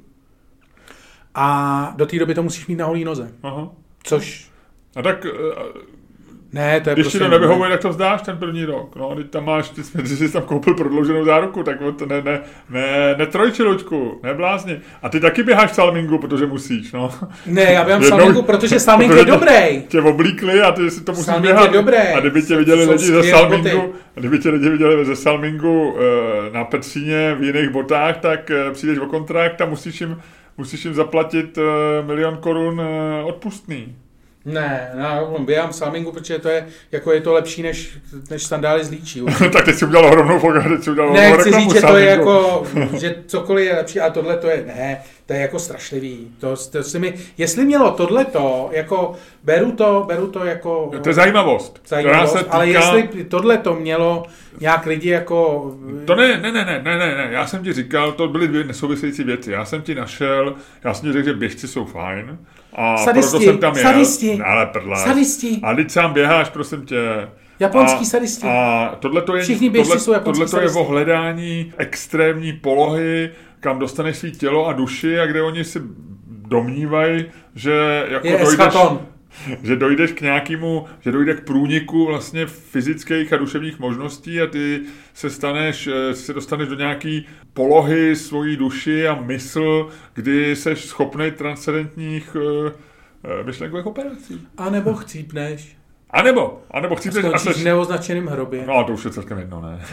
A do té doby to musíš mít na holý noze. Aha. Což... A tak Ne, to je Když prostě... ti to nevyhovuje, tak to vzdáš ten první rok. No, když tam máš, ty jsi, ty jsi tam koupil prodlouženou záruku, tak to ne, ne, ne, ne trojči, Luďku, ne blázni. A ty taky běháš v salmingu, protože musíš, no. Ne, já běhám v salmingu, protože salming je dobrý. Tě oblíkli a ty si to musíš salming běhat. Je dobrý. A kdyby tě viděli lidi ze salmingu, a kdyby tě lidi viděli ze salmingu na Petříně v jiných botách, tak přijdeš o kontrakt a musíš jim, musíš jim zaplatit milion korun odpustný. Ne, no, běhám v salmingu, protože to je, jako je to lepší než, než sandály z líčí. Tak teď si udělal hromnou foka, teď si udělal ne, chci říct, že to je jako, že cokoliv je lepší, a tohle to je, ne, to je jako strašlivý. To, to si mi, jestli mělo tohleto, jako, beru to, beru to jako... To je zajímavost. zajímavost týká... Ale jestli tohleto mělo nějak lidi jako... To ne, ne, ne, ne, ne, ne, já jsem ti říkal, to byly dvě nesouvisející věci. Já jsem ti našel, já jsem ti řekl, že běžci jsou fajn. A sadisti, proto jsem tam jel. Sadisti, ale prdláš. Sadisti. A teď sám běháš, prosím tě. Japonský a, sadisti. A tohle to je, Všichni běžci tohle, jsou japonský tohle to je sadisti. o hledání extrémní polohy, kam dostaneš svý tělo a duši a kde oni si domnívají, že jako je dojdeš... eschaton. Že dojdeš k nějakému, že dojde k průniku vlastně fyzických a duševních možností a ty se staneš, se dostaneš do nějaký polohy svojí duši a mysl, kdy seš schopnej transcendentních uh, myšlenkových operací. A nebo chcípneš. A nebo, a nebo chcípneš a seš... v neoznačeném hrobě. No, to už je celkem jedno, ne?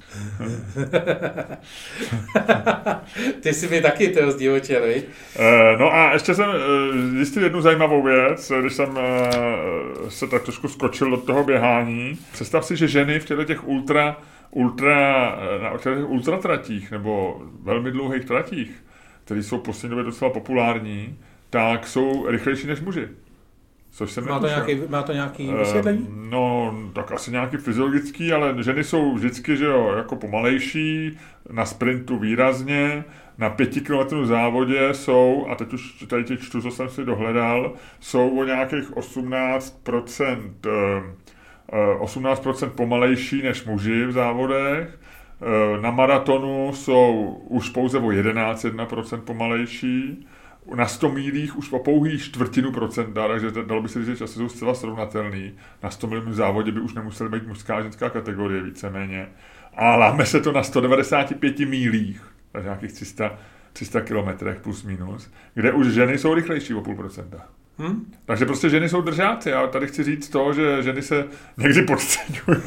Ty jsi mi taky toho zdivočil, viď? Uh, no a ještě jsem uh, zjistil jednu zajímavou věc, když jsem uh, se tak trošku skočil do toho běhání. Představ si, že ženy v těchto těch ultra, ultra, na těch ultratratích nebo velmi dlouhých tratích, které jsou v poslední době docela populární, tak jsou rychlejší než muži. Což jsem má, to nějaký, má to nějaký vysvětlení? Uh, no, tak asi nějaký fyziologický, ale ženy jsou vždycky, že jo, jako pomalejší, na sprintu výrazně, na pětikilometrů závodě jsou, a teď už tady těch čtu, co jsem si dohledal, jsou o nějakých osmnáct procent, uh, osmnáct procent pomalejší než muži v závodech. Uh, na maratonu jsou už pouze o jedenáct procent pomalejší. Na sto mílích už o pouhý čtvrtinu procenta, takže dalo by se říct, že časy jsou zcela srovnatelný. Na sto mílích závodě by už nemuseli být mužská a ženská kategorie víceméně. A láme se to na sto devadesát pět mílích, takže nějakých tři sta, tři sta kilometrech plus minus, kde už ženy jsou rychlejší o půl procenta. Hmm? Takže prostě ženy jsou držáci. Já tady chci říct to, že ženy se někdy podceňují,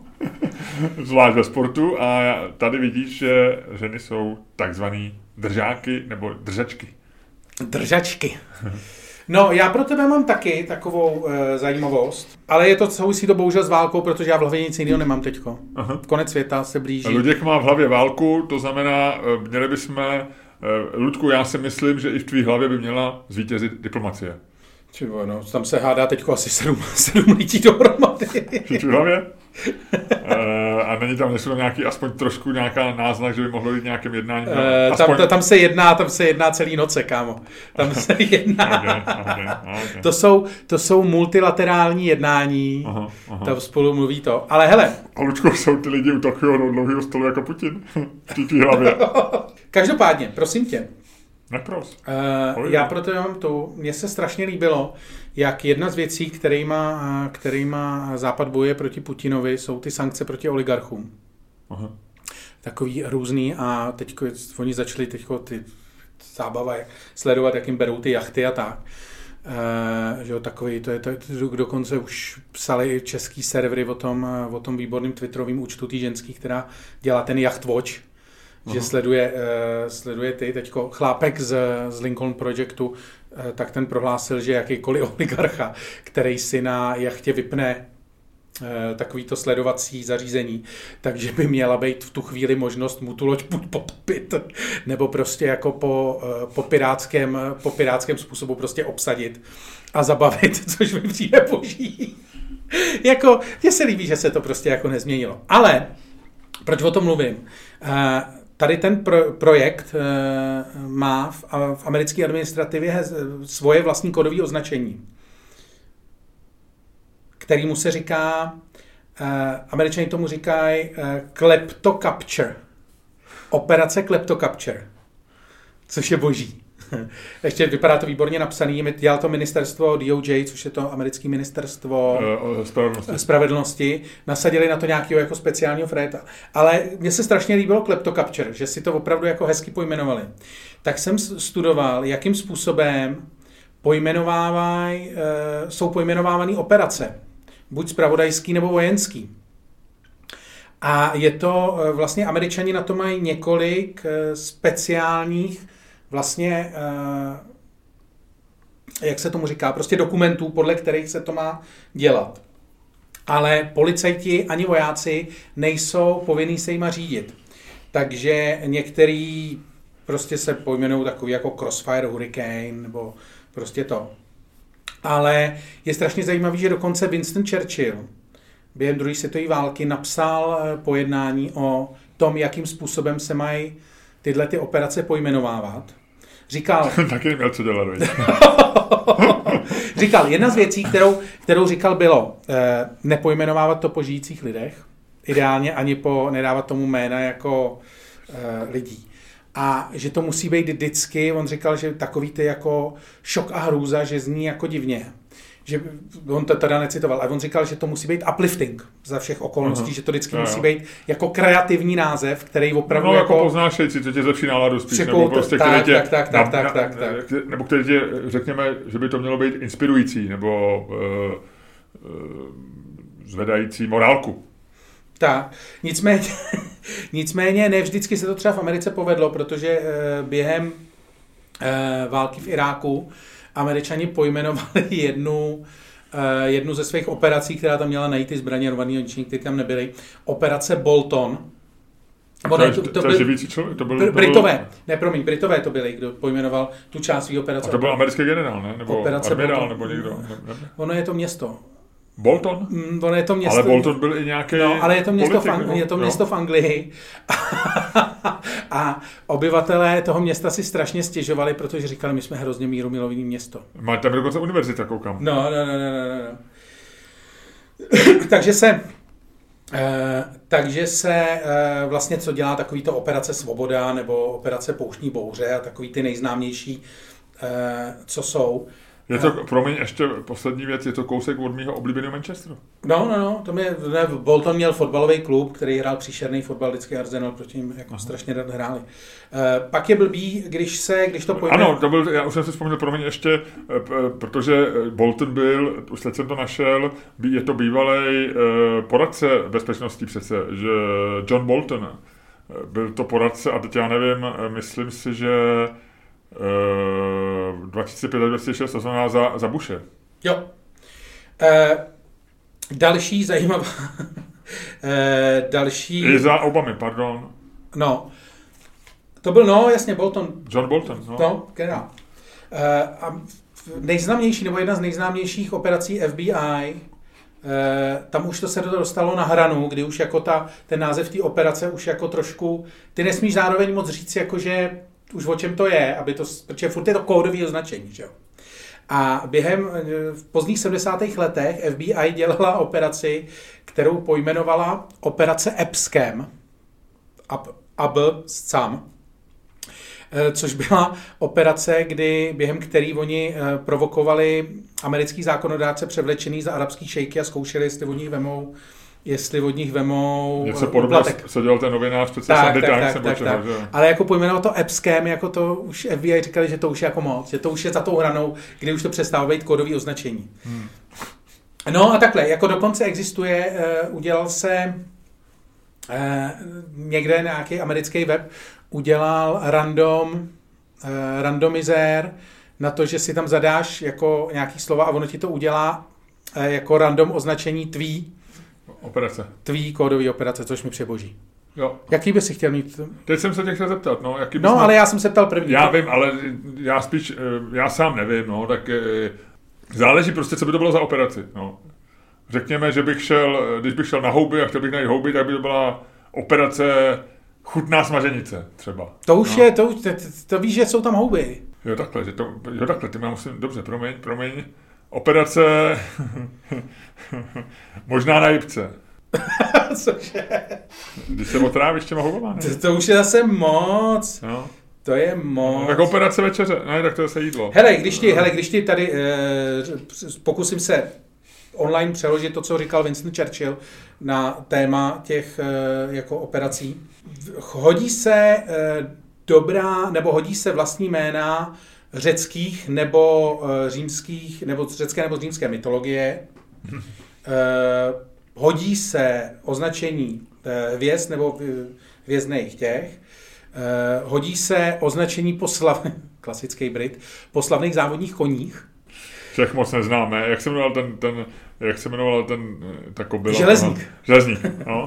zvlášť ve sportu, a tady vidíš, že ženy jsou takzvaný držáky nebo držačky. Držačky. No, já pro tebe mám taky takovou e, zajímavost, ale je to souvisí to bohužel s válkou, protože já v hlavě nic jiného nemám teďko. Aha. Konec světa se blíží. Luděk má v hlavě válku, to znamená, měli bychom, e, Ludku, já si myslím, že i v tvý hlavě by měla zvítězit diplomacie. Čivo, no, tam se hádá teďko asi sedm, sedm lidí dohromady. V tvý hlavě? e, a není tam něco nějaký, aspoň trošku nějaká náznak, že by mohlo být nějakým jednáním? E, aspoň... tam, tam, se jedná, tam se jedná celý noce, kámo. Tam se jedná. okay, okay, okay. To, jsou, to jsou multilaterální jednání, aha, aha. Tam spolu mluví to. Ale hele. A Lučko, jsou ty lidi u takového dlouhého stolu jako Putin v té hlavě. Každopádně, prosím tě. Nepros. Uh, já proto mám tu, mně se strašně líbilo, jak jedna z věcí, kterýma, kterýma Západ bojuje proti Putinovi, jsou ty sankce proti oligarchům. Aha. Takový různý, a teď oni začali teďko ty zábava sledovat, jak jim berou ty jachty a tak. Uh, že jo, takový, to je, to je, dokonce už psali český servery o tom, o tom výborným twitterovým účtu tý ženský, která dělá ten Yacht Watch, že sleduje, uh, sleduje ty, teďko chlápek z, z Lincoln Projectu, uh, tak ten prohlásil, že jakýkoliv oligarcha, který si na jachtě vypne uh, takovýto sledovací zařízení, takže by měla být v tu chvíli možnost mu tu loď buď potopit, nebo prostě jako po, uh, po, pirátském, po pirátském způsobu prostě obsadit a zabavit, což mi přijde boží. Jako, mně se líbí, že se to prostě jako nezměnilo. Ale, proč o tom mluvím? Uh, Tady ten pro, projekt uh, má v, v americké administrativě svoje vlastní kódové označení, kterému se říká, uh, Američané tomu říkají uh, kleptocapture. Operace kleptocapture. Což je boží. Ještě vypadá to výborně napsaný, dělal to ministerstvo D O J, což je to americké ministerstvo uh, spravedlnosti. spravedlnosti, nasadili na to nějakého jako speciálního fréta. Ale mně se strašně líbilo kleptocapture, že si to opravdu jako hezky pojmenovali. Tak jsem studoval, jakým způsobem pojmenovávají, uh, jsou pojmenovávané operace, buď zpravodajský nebo vojenský. A je to, vlastně Američani na to mají několik speciálních vlastně, jak se tomu říká, prostě dokumentů, podle kterých se to má dělat. Ale policajti ani vojáci nejsou povinní se jima řídit. Takže některý prostě se pojmenují takový jako Crossfire Hurricane, nebo prostě to. Ale je strašně zajímavý, že dokonce Winston Churchill během druhé světové války napsal pojednání o tom, jakým způsobem se mají tyhle ty operace pojmenovávat. Říkal... Taky neměl co dělat. Říkal, jedna z věcí, kterou, kterou říkal, bylo eh, nepojmenovávat to po žijících lidech, ideálně ani po nedávat tomu jména jako eh, lidí. A že to musí být vždycky, on říkal, že takový ty jako šok a hrůza, že zní jako divně. Že on to teda necitoval, ale on říkal, že to musí být uplifting za všech okolností, uh-huh. že to vždycky no, musí jo. být jako kreativní název, který opravdu no, jako... jako poznášející, co tě zlepší náladu spíš, přepout, nebo prostě, tak, který tě... Tak, tak, tak, tak, tak, tak. Nebo který tě, řekněme, že by to mělo být inspirující, nebo uh, uh, zvedající morálku. Tak, nicméně, nicméně ne vždycky se to třeba v Americe povedlo, protože uh, během uh, války v Iráku Američani pojmenovali jednu, uh, jednu ze svých operací, která tam měla najít ty zbraně rovaný ničení, které tam nebyly. Operace Bolton. To, to, to, to, byl, člověk, to, byl, to Britové. Byl... Ne, promiň, Britové to byli, kdo pojmenoval tu část svý operace. A to byl americký generál, ne? Nebo operace admirál, Bolton. nebo někdo. Ne, ne? Ono je to město. Bolton? Mm, ono je to město. Ale Bolton byl i nějaký No, ale je to město, politik, v, Ang- je to město v Anglii. A obyvatelé toho města si strašně stěžovali, protože říkali, my jsme hrozně mírumilovný město. Máte tam dokonce univerzita, koukám. No, no, no, no, no, no. takže se, eh, takže se eh, vlastně, co dělá takovýto operace Svoboda nebo operace Pouštní bouře a takový ty nejznámější, eh, co jsou. Je to, promiň, ještě poslední věc, je to kousek od mýho oblíbeného Manchesteru. No, no, no, to mě, ne, Bolton měl fotbalový klub, který hrál příšerný fotbal, vždycky Arsenal proti ním jako strašně rád hráli. E, pak je blbý, když se, když to pojme... Ano, to byl, já už jsem si vzpomněl, promiň ještě, protože Bolton byl, už teď jsem to našel, je to bývalý poradce bezpečnosti přece, že John Bolton byl to poradce a teď já nevím, myslím si, že dva tisíce pět a dva tisíce šest, to znamená za, za Bushe. Jo. E, další zajímavá... e, další... I za Obamy, pardon. No. To byl, no, jasně, Bolton. John Bolton, no. No, generál. E, a nejznámější, nebo jedna z nejznámějších operací F B I, e, tam už to se dostalo na hranu, kdy už jako ta, ten název té operace už jako trošku... Ty nesmíš zároveň moc říct, jakože už o čem to je, aby to, protože furt je to kódový označení, že jo. A během v pozdních sedmdesátých letech F B I dělala operaci, kterou pojmenovala operace Abscam, ab, ab, scam, což byla operace, kdy během který oni provokovali americký zákonodárce převlečený za arabský šejky a zkoušeli, jestli od nich vemou jestli od nich vemou něco podobně, co dělal ten novinář přece Sunday Times nebo čeho, že? Ale jako pojmenoval to Abscam, jako to už F B I říkali, že to už je jako moc, že to už je za tou hranou, kdy už to přestává být kódový označení. Hmm. No a takhle, jako dokonce existuje, uh, udělal se uh, někde nějaký americký web, udělal random, uh, randomizer na to, že si tam zadáš jako nějaký slova a ono ti to udělá uh, jako random označení tvý operace. Tvý kódový operace, což mi přeboží. Jo. Jaký by si chtěl mít? Teď jsem se tě chtěl zeptat, no. Jaký no, ale já jsem se ptal první. Já vím, ale já spíš, já sám nevím, no, tak záleží prostě, co by to bylo za operaci, no. Řekněme, že bych šel, když bych šel na houby a chtěl bych najít houby, tak by to byla operace chutná smaženice, třeba. To už no. je, to, to, to víš, že jsou tam houby. Jo, takhle, že to, jo, takhle, ty má musím, dobře, promiň, promiň. Operace možná na jibce. Cože? Když se otrávíš těma houbama, ne? To, to už je zase moc. No. To je moc. Tak operace večeře, ne, tak to je se jídlo. Hele, když ti, hele, když ti tady, eh, pokusím se online přeložit to, co říkal Winston Churchill na téma těch eh, jako operací. Hodí se eh, dobrá, nebo hodí se vlastní jména řeckých nebo eh, římských, nebo řecké nebo římské mytologie. Eh, hodí se označení eh, hvězd nebo hvězdných těch. Eh, hodí se označení po slav... klasický Brit, po slavných závodních koních. Všech moc neznáme. Jak se jmenoval ten, ten jak se jmenoval ten, ta kobila? Železník. Aha. Železník, no.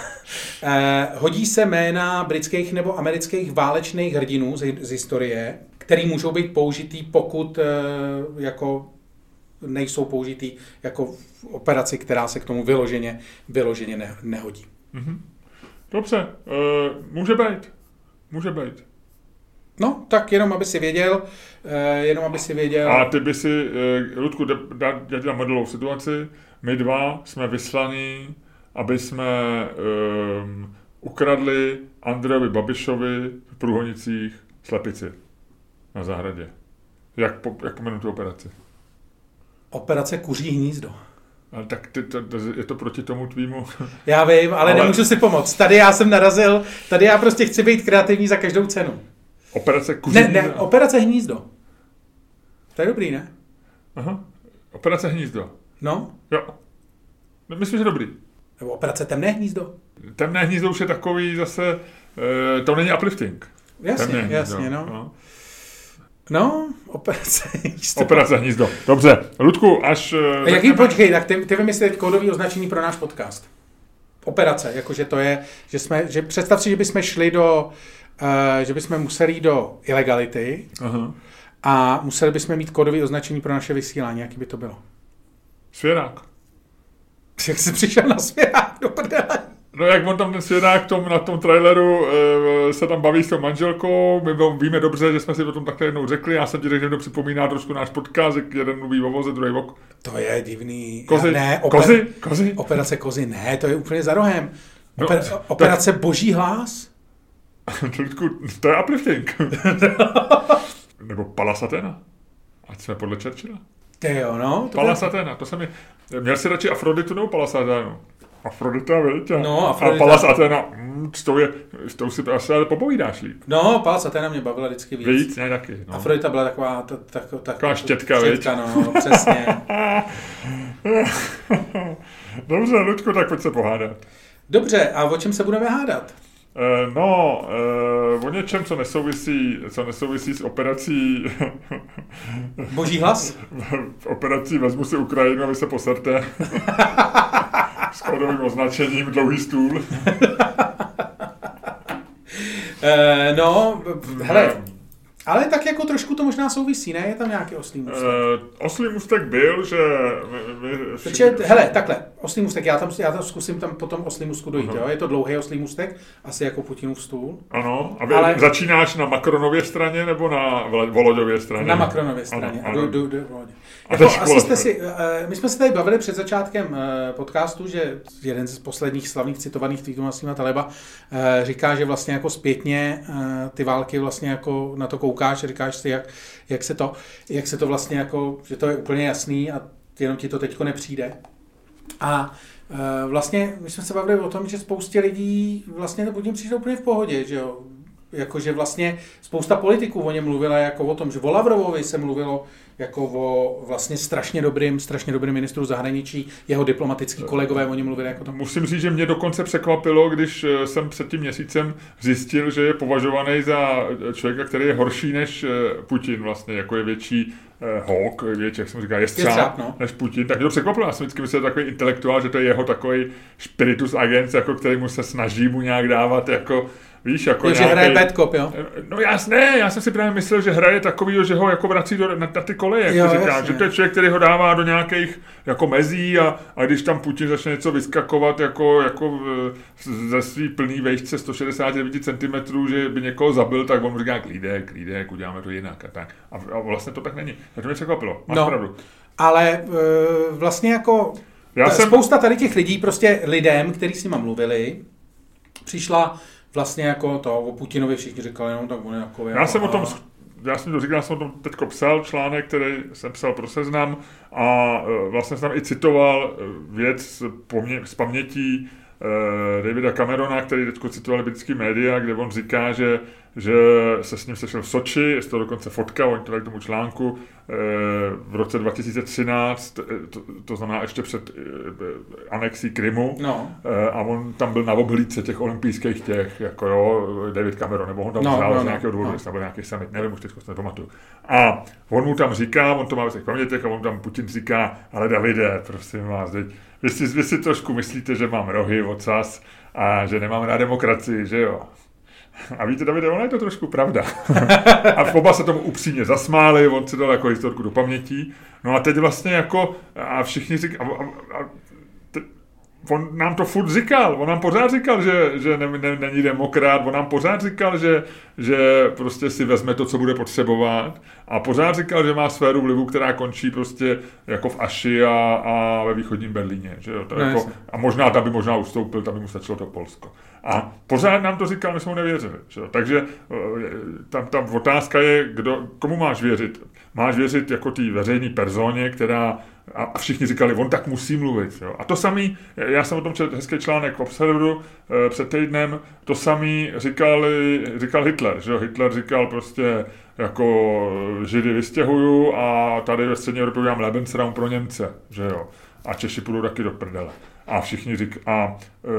eh, hodí se jména britských nebo amerických válečných hrdinů z, z historie, který můžou být použitý, pokud eh, jako nejsou použitý jako v operaci, která se k tomu vyloženě, vyloženě ne, nehodí. Mm-hmm. Dobře, uh, může být. Může být. No, tak jenom, aby si věděl, eh, jenom, aby si věděl. A ty by si, eh, Ludku, já ti dám modelovou situaci, my dva jsme vyslaní, aby jsme eh, ukradli Andrejovi Babišovi v Průhonicích slepici na zahradě. Jak, po, jak pomenu tu operaci? Operace Kuří hnízdo. Ale tak ty, to, to, je to proti tomu tvýmu... Já vím, ale, ale nemůžu si pomoct. Tady já jsem narazil, tady já prostě chci být kreativní za každou cenu. Operace Kuří ne, hnízdo? Ne, operace hnízdo. To je dobrý, ne? Aha, operace hnízdo. No. Jo. Myslím, že dobrý. Nebo operace temné hnízdo. Temné hnízdo už je takový zase, e, to není uplifting. Jasně, jasně, no. no. No, operace hnízdo. Operace hnízdo. Dobře, Ludku, až... A jaký, počkej, tak ty, ty vymyslí kódový označení pro náš podcast. Operace, jakože to je, že jsme, že představ si, že bychom šli do, uh, že bychom museli jít do ilegality. Aha. A museli bychom mít kódový označení pro naše vysílání. Jaký by to bylo? Svěrák. Jak jsi přišel na svěrák, do prdele? No jak on tam ten svědák tom, na tom traileru e, se tam baví s tou manželkou, my víme dobře, že jsme si o tom takhle jednou řekli, já jsem ti řekl, že to připomíná trošku náš podcast, jeden mluví o voze, druhý o... To je divný. Kozy? Já, ne, oper... kozy? Kozy? Operace kozy, ne, to je úplně za rohem. Oper... No, operace tak... Boží hlas? To je uplifting. Nebo Pallas Athena. Ať jsme podle Churchilla. Ty jo, no. To Pallas Athena, to se mi... Měl si radši Afroditu nebo Pallas Athenu? Afrodita, víte? No, Afrodita. A Pallas Athena, mm, s tou, je, s tou si asi ale popovídáš líp. No, Pallas Athena mě bavila vždycky víc. Víc, ne taky. No. Afrodita byla taková... Ta, ta, ta, taková štětka, štětka, no, přesně. Dobře, Ludku, tak pojď se pohádat. Dobře, a o čem se budeme hádat? Uh, no, uh, o něčem, co nesouvisí, co nesouvisí s operací... Boží hlas? V operací Vezmu si Ukrajinu a vy se poserte. S kódovým označením dlouhý stůl. uh, no, hele, ale tak jako trošku to možná souvisí, ne? Je tam nějaký oslý můstek? Uh, oslý můstek byl, že... My, my všichni... Protože, hele, takhle, oslý můstek, já tam, já tam zkusím tam potom oslý můstku dojít, uh-huh. jo? Je to dlouhý oslý můstek, asi jako Putinův stůl. Ano, a vy ale... začínáš na Macronově straně nebo na Volodově straně? Na Macronově straně. Ano, ano. Do, do, do, do, jako, asi jste si, my jsme se tady bavili před začátkem podcastu, že jeden z posledních slavných citovaných tweetů Nasima Taleba říká, že vlastně jako zpětně ty války vlastně jako na to koukáš, říkáš si, jak, jak, se to, jak se to vlastně jako, že to je úplně jasný a jenom ti to teďko nepřijde. A vlastně my jsme se bavili o tom, že spoustě lidí vlastně to Putin přijde úplně v pohodě, že jo. Jakože vlastně spousta politiků o něm mluvila jako o tom, že o Lavrovovi se mluvilo jako o vlastně strašně dobrým, strašně dobrým ministru zahraničí, jeho diplomatický kolegové o něm mluvili jako tam. Musím říct, že mě dokonce překvapilo, když jsem před tím měsícem zjistil, že je považovaný za člověka, který je horší než Putin vlastně, jako je větší hawk, větší, jak jsem říkal, jestřáb no. než Putin, tak mě to překvapilo. Já jsem vždycky myslel, že takový intelektuál, že to je jeho takový spiritus agens, jako který mu se snaží mu nějak dávat jako víš, jako jo, nějaký... že hraje bad cop, jo? No jasné, já jsem si právě myslel, že hraje takový, že ho jako vrací do, na, na ty koleje, jak ty říkáš, že to je člověk, který ho dává do nějakých jako mezí a, a když tam Putin začne něco vyskakovat jako, jako ze svý plný vejšce sto šedesát devět centimetrů, že by někoho zabil, tak on mu říká klídek, klídek, uděláme to jinak a tak. A, a vlastně to tak není. Tak to mě překvapilo, máš no, pravdu. Ale uh, vlastně jako já jsem... spousta tady těch lidí, prostě lidem, kteří s nima mluvili, přišla vlastně jako to o Putinovi všichni říkali, no tak on je jako... Já jsem o tom, já jsem to říkal, já jsem o tom teďko psal článek, který jsem psal pro Seznam a vlastně jsem tam i citoval věc z pamětí Davida Camerona, který teďko citovali britský média, kde on říká, že, že se s ním sešel v Soči, je to dokonce fotka, oni to dají k tomu článku, v roce dva tisíce třináct, to, to znamená ještě před anexí Krymu, no. A on tam byl na obhlídce těch olympijských těch, jako jo, David Cameron, nebo on tam no, vzal no, z nějakého důvodu, no. Nebo nějaký summit, nevím, už teď se nepamatuju. A on mu tam říká, on to má ve svých pamětech, a on tam Putin říká, ale Davide, prosím vás, teď, vy si, vy si trošku myslíte, že mám rohy, ocas a že nemám rád demokracii, že jo? A víte, Davide, ona je to trošku pravda. A oba se tomu upřímně zasmáli, on si dal jako historku do pamětí. No a teď vlastně jako, a všichni říkají, on nám to furt říkal, on nám pořád říkal, že, že ne, ne, není demokrat, on nám pořád říkal, že, že prostě si vezme to, co bude potřebovat a pořád říkal, že má sféru vlivu, která končí prostě jako v Aši a, a ve východním Berlíně. Že jo? To no, jako, a možná tam by možná ustoupil, tam by mu stačilo to Polsko. A pořád nám to říkal, my jsme mu nevěřili. Že jo? Takže tam, tam otázka je, kdo, komu máš věřit. Máš věřit jako té veřejné personě, která a všichni říkali, on tak musí mluvit. Jo. A to samý, já jsem o tom četl hezký článek v Observeru e, před týdnem, to samý říkal, říkal Hitler. Že jo. Hitler říkal prostě, jako Židy vystěhuju a tady ve střední Evropě udělám Lebensraum pro Němce. Že jo. A Češi půjdou taky do prdele. A všichni řík, a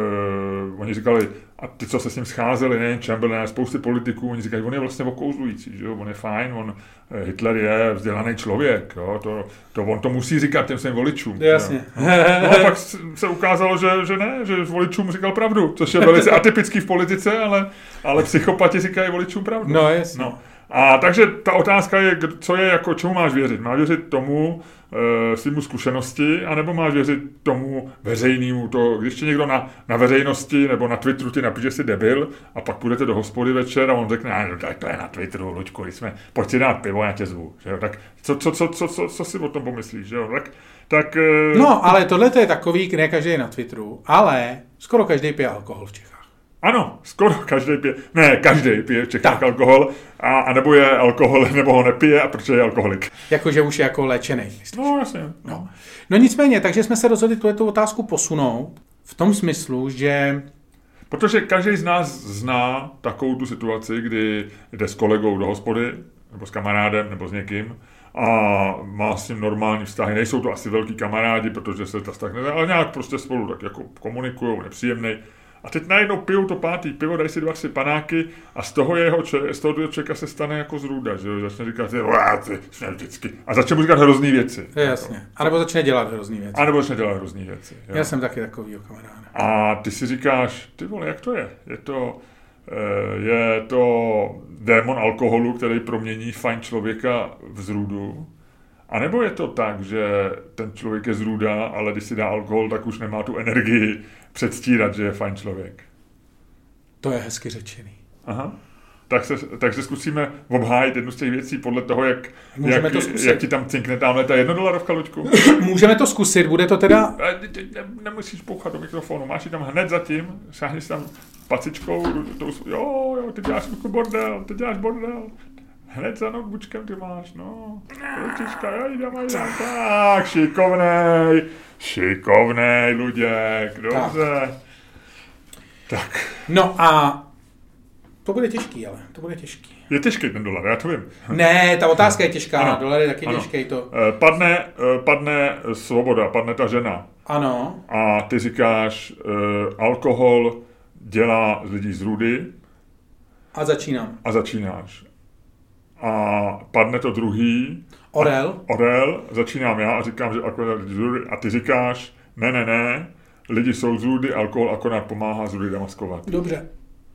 e, oni říkali, a ty, co se s ním scházeli, nejen Chamberlain, spousty politiků, oni říkají, on je vlastně okouzlující, že jo, on je fajn, on, Hitler je vzdělaný člověk, jo, to, to, on to musí říkat těm svým voličům. Jasně. No, no a pak se ukázalo, že, že ne, že voličům říkal pravdu, což je velice atypický v politice, ale, ale psychopati říkají voličům pravdu. No, jasně. No. A takže ta otázka je, co je, jako, čemu máš věřit? Máš věřit tomu e, svýmu zkušenosti, anebo máš věřit tomu veřejnému? To, když ti někdo na, na veřejnosti nebo na Twitteru ti napíše, že jsi debil a pak půjdete do hospody večer a on řekne, no, tak to je na Twitteru, Luďku, jsme, pojď si dát pivo, já tě zvu. Že jo? Tak co, co, co, co, co, co si o tom pomyslíš? Že jo? Tak, tak, e... No, ale tohle je takový, ne každý je na Twitteru, ale skoro každý pije alkohol v Čechách. Ano, skoro každý pije, ne, každý pije v Čechách alkohol, a, a nebo je alkohol, nebo ho nepije, a protože je alkoholik. Jakože už je jako léčený. Myslíš? No, jasně. No. No. no nicméně, takže jsme se rozhodli tuto otázku posunout v tom smyslu, že... Protože každý z nás zná takovou tu situaci, kdy jde s kolegou do hospody, nebo s kamarádem, nebo s někým, a má s ním normální vztahy. Nejsou to asi velký kamarádi, protože se ta vztah nedá, ale nějak prostě spolu tak jako komunikujou, nepříjemnej. A teď najednou pijou to pátý pivo, dají si dva, tři panáky a z toho jeho z toho člověka se stane jako zrůda, že jo, začne říkat, ty jsme vždycky. A začne mu říkat hrozný věci. Jasně. Jako. A nebo začne dělat hrozný věci. A nebo začne dělat hrozný věci. Jo. Já jsem taky takovýho kamaráda. A ty si říkáš, ty vole, jak to je? Je to, je to démon alkoholu, který promění fajn člověka v zrůdu? A nebo je to tak, že ten člověk je zrůda, ale když si dá alkohol, tak už nemá tu energii předstírat, že je fajn člověk? To je hezky řečený. Aha. Tak se, takže zkusíme obhájit jednu z těch věcí podle toho, jak, jak, jak ti tam cinkne tamhle ta jednodolarovka, Luďku. Můžeme to zkusit, bude to teda... Nemusíš pouchat do mikrofonu, máš ji tam hned zatím, šáhni si tam pacičkou, to, jo, jo, ty děláš bordel, ty děláš bordel. Hned za notebookem ty máš, no. Ručička, jo, jdem, jdem, tak, šikovnej, šikovnej, Luděk, dobře. Tak. tak. No a to bude těžký, ale to bude těžký. Je těžký ten dolar, já to vím. Ne, ta otázka je těžká, ano, dolar je taky ano. těžký to. Padne, padne svoboda, padne ta žena. Ano. A ty říkáš, uh, alkohol dělá z lidí zrůdy. A začínám. A začínáš. A padne to druhý. Orel. Orel, začínám já a říkám, že alkohol je zrůdy. A ty říkáš, ne, ne, ne, lidi jsou zrůdy, alkohol akorát pomáhá zrůdy demaskovat. Dobře.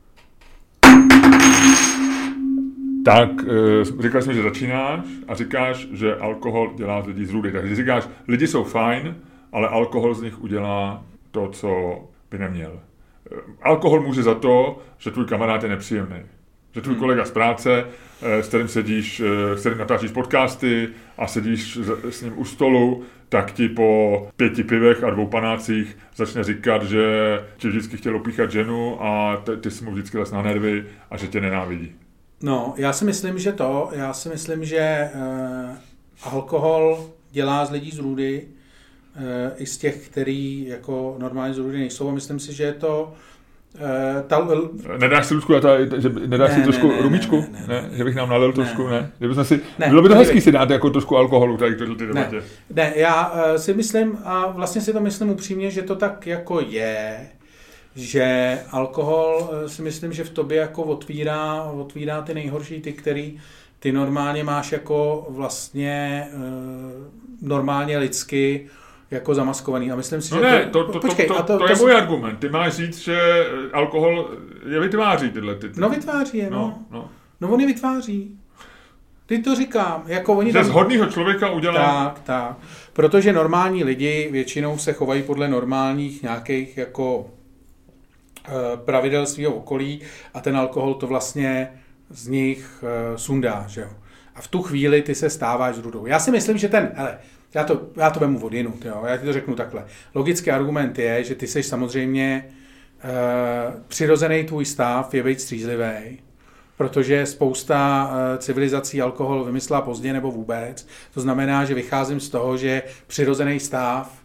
Tak e, říkal jsem, že začínáš a říkáš, že alkohol dělá z lidí zrůdy. Takže říkáš, lidi jsou fajn, ale alkohol z nich udělá to, co by neměl. E, alkohol může za to, že tvůj kamarád je nepříjemný. Že tvůj hmm. kolega z práce, s kterým sedíš, s kterým natáčíš podcasty a sedíš s ním u stolu, tak ti po pěti pivech a dvou panácích začne říkat, že ti vždycky chtěl opíchat ženu a ty, ty jsi mu vždycky les na nervy a že tě nenávidí. No, já si myslím, že to, já si myslím, že eh, alkohol dělá z lidí zrůdy, eh, i z těch, který jako normálně zrůdy nejsou a myslím si, že je to eh, ta... Nedáš si, Ludku, že nedáš ne, si trošku ne, ne, rumičku? Ne, ne, ne, ne, že bych nám nalil trošku, ne? ne? ne? Si, ne bylo by to hezký si dát jako trošku alkoholu tady tyhle ty debatě. Ne, ne, já uh, si myslím, a vlastně si to myslím upřímně, že to tak jako je, že alkohol si myslím, že v tobě jako otvírá, otvírá ty nejhorší, ty, který ty normálně máš jako vlastně uh, normálně lidsky jako zamaskovaný. A myslím si, no že... ne, to, to, počkej, to, to, to, to je můj argument. Ty máš říct, že alkohol je vytváří tyhle ty... No vytváří je, no. No, no. no on je vytváří. Ty to říkám. Jako oni že tam... z hodného člověka udělá... Tak, tak. Protože normální lidi většinou se chovají podle normálních nějakých jako pravidel svého okolí a ten alkohol to vlastně z nich sundá, že jo. A v tu chvíli ty se stáváš zrůdou. Já si myslím, že ten, hele, já to, já to vemu odinut, jo, já ti to řeknu takhle. Logický argument je, že ty seš samozřejmě uh, přirozený tvůj stav je být střízlivý, protože spousta uh, civilizací alkohol vymyslela pozdě nebo vůbec. To znamená, že vycházím z toho, že přirozený stav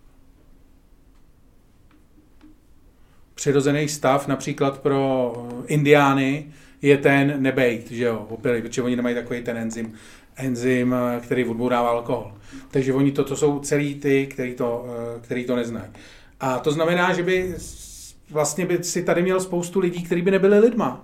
přirozený stav například pro indiány je ten nebejt, že jo, opilý, protože oni nemají takový ten enzym, enzym, který odbourává alkohol. Takže oni to, to jsou celý ty, který to, který to neznají. A to znamená, že by vlastně by si tady měl spoustu lidí, kteří by nebyli lidma.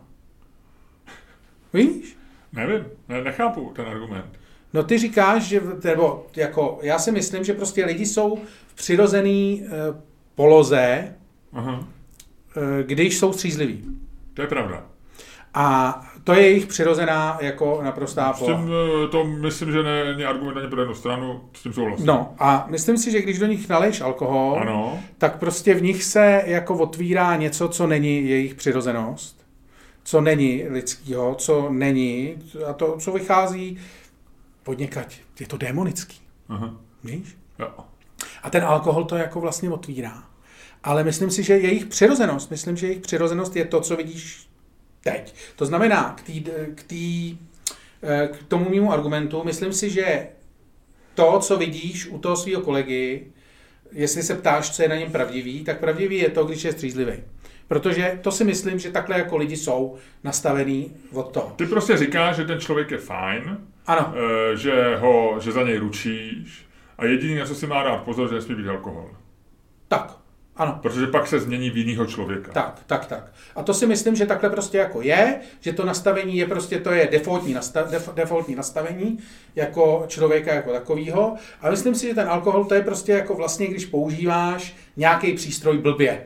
Víš? Nevím, ne, nechápu ten argument. No ty říkáš, že, nebo jako, já si myslím, že prostě lidi jsou v přirozený eh, poloze, aha, když jsou střízliví. To je pravda. A to je jejich přirozená jako naprostá povaha. S tím to myslím, že není argument ani pro jednu stranu, s tím souhlasím. No a myslím si, že když do nich naleješ alkohol, ano, tak prostě v nich se jako otvírá něco, co není jejich přirozenost, co není lidskýho, co není, a to, co vychází podnikať, je to démonický. Aha. Víš? Jo. A ten alkohol to jako vlastně otvírá. Ale myslím si, že jejich přirozenost, myslím, že jejich přirozenost je to, co vidíš teď. To znamená, k, tý, k, tý, k tomu mému argumentu, myslím si, že to, co vidíš u toho svého kolegy, jestli se ptáš, co je na něm pravdivý, tak pravdivý je to, když je střízlivý. Protože to si myslím, že takhle jako lidi jsou nastavený od toho. Ty prostě říkáš, že ten člověk je fajn, ano. Že, ho, že za něj ručíš a jediný, na co si má dát pozor, že nesmí být alkohol. Tak. Ano. Protože pak se změní v jinýho člověka. Tak, tak, tak. A to si myslím, že takhle prostě jako je, že to nastavení je prostě, to je defaultní, nastav, def, defaultní nastavení jako člověka jako takovýho. A myslím si, že ten alkohol to je prostě jako vlastně, když používáš nějaký přístroj blbě.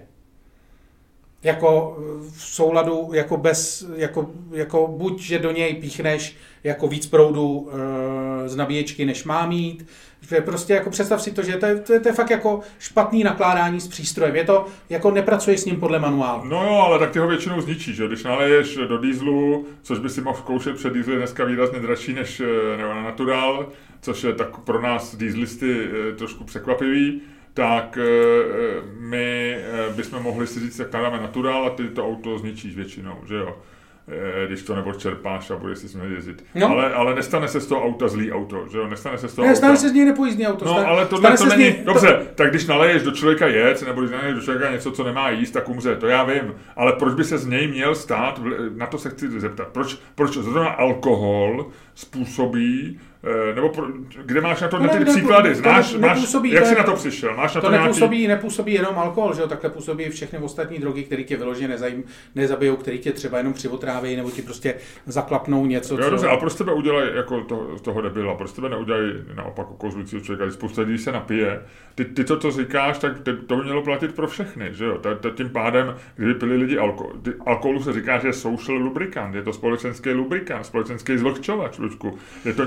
Jako v souladu, jako bez, jako, jako buď, že do něj píchneš jako víc proudu e, z nabíječky, než má mít. Prostě jako představ si to, že to je, to je, to je fakt jako špatný nakládání s přístrojem. Je to, jako nepracuješ s ním podle manuálu. No jo, ale tak ty ho většinou zničíš, že? Když naleješ do dýzlu, což by si mohl zkoušet, před dýzl je dneska výrazně dražší než nebo na natural, což je tak pro nás dýzlisty trošku překvapivý, tak my bychom mohli si říct, jak dáme natural a ty to auto zničíš většinou, že jo? Když to neodčerpáš a budeš si s ním jezdit. No. Ale, ale nestane se z toho auta zlý auto, že jo? Nestane se z toho ne, auta. Nestane se z něj nepojízdný auto. No, stane, ale tohle to není... Něj... Dobře, to... tak když naleješ do člověka jet, nebo když naleješ do člověka něco, co nemá jíst, tak umře, to já vím. Ale proč by se z něj měl stát, na to se chci zeptat, proč, proč zrovna alkohol způsobí, nebo pro, kde máš na to, no, na ty ne, příklady, znáš, máš, jak jsi na to přišel, máš na to, to nepůsobí, nějaký... nepůsobí jenom alkohol, že jo, takhle působí všechny ostatní drogy, které tě vyloženě nezajím, nezabijou, které tě třeba jenom přivotrávějí, nebo ti prostě zaklapnou něco, jo, co... Dobře, a proč tebe udělají jako to, toho debila, proč tebe neudělají naopak okouzlujícího člověka, když spousta lidí se napije, ty, ty to, co říkáš, tak ty, to by mělo platit pro všechny, že jo, t, t, tím pádem, kdyby pili lidi alkohol, ty, alkoholu se říká, že je social lubrikant, je to společenský lubrikant, společenský zvlhčovač, Lučku, je to něco, co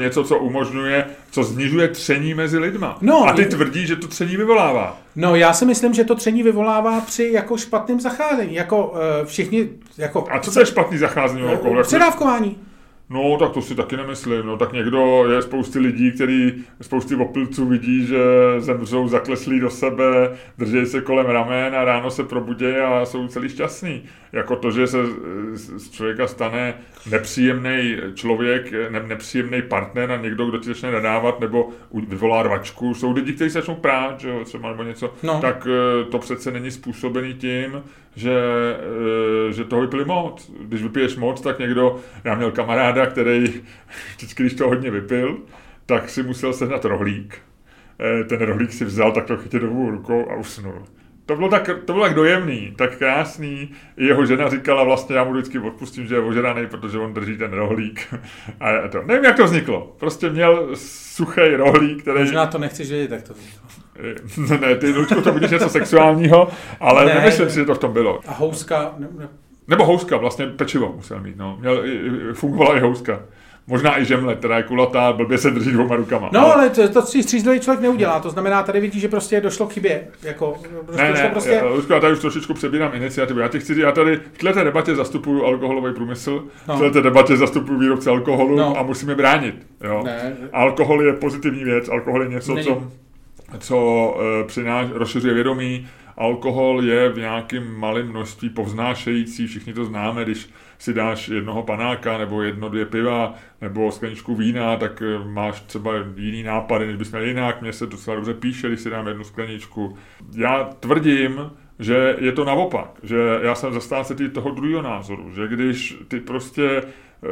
umožňuje, co snižuje tření mezi lidma. No, a ty je... tvrdí, že to tření vyvolává. No, já si myslím, že to tření vyvolává při jako špatným zacházení. Jako uh, všichni... Jako... A co to je špatný zacházení? Uh, předávkování. No, tak to si taky nemyslím. No, tak někdo, je spousty lidí, který, spousty opilců vidí, že zemřou zakleslí do sebe, drží se kolem ramen a ráno se probudí a jsou celý šťastný. Jako to, že se z člověka stane nepříjemný člověk, ne, nepříjemný partner a někdo, kdo ti začne nadávat nebo vyvolá rvačku. Jsou lidi, kteří se začnou prát, že jo, třeba nebo něco, no. Tak to přece není způsobený tím, že, že toho vypili moc. Když vypiješ moc, tak někdo, já měl kamaráda, který vždycky, když to hodně vypil, tak si musel sehnat rohlík. Ten rohlík si vzal, tak to chytil dolů rukou a usnul. To bylo, tak, to bylo tak dojemný, tak krásný. I jeho žena říkala, vlastně já mu vždycky odpustím, že je ožranej, protože on drží ten rohlík. A to, nevím, jak to vzniklo. Prostě měl suchý rohlík, který... Možná to nechceš vědět, jak to vzniklo. Ne, ne, ty, Lučko, to budeš něco sexuálního, ale ne, nemyslím si, že to v tom bylo. A houska... Ne, ne. Nebo houska, vlastně pečivo musel mít, no. Měl, fungovala i houska. Možná i žemle, která je kulatá, blbě se drží dvouma rukama. No, ale, ale to, to si střízlivý člověk neudělá, to znamená, tady vidí, že prostě došlo k chybě. Jako, prostě ne, ne, prostě... Lučko, já tady už trošičku přebírám iniciativu. Já ti chci říct, já tady v této debatě zastupuju alkoholový průmysl, no. V této debatě zastupuju výrobce alkoholu no. A musíme bránit. Jo? Ne. Alkohol je pozitivní věc, alkohol je něco, Není. co, co uh, přináš, rozšiřuje vědomí. Alkohol je v nějakém malém množství povznášející, všichni to známe, když si dáš jednoho panáka, nebo jedno, dvě piva, nebo skleničku vína, tak máš třeba jiný nápady, než bys měl jinak. Mně se docela dobře píše, když si dám jednu skleničku. Já tvrdím, že je to naopak, že já jsem zastánce toho druhého názoru, že když ty prostě e,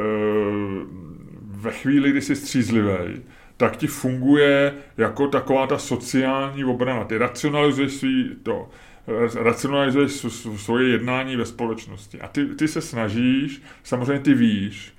ve chvíli, kdy jsi střízlivej, tak ti funguje jako taková ta sociální obrana. Ty racionalizuješ svý to, racionalizuješ svoje jednání ve společnosti. A ty, ty se snažíš, samozřejmě ty víš,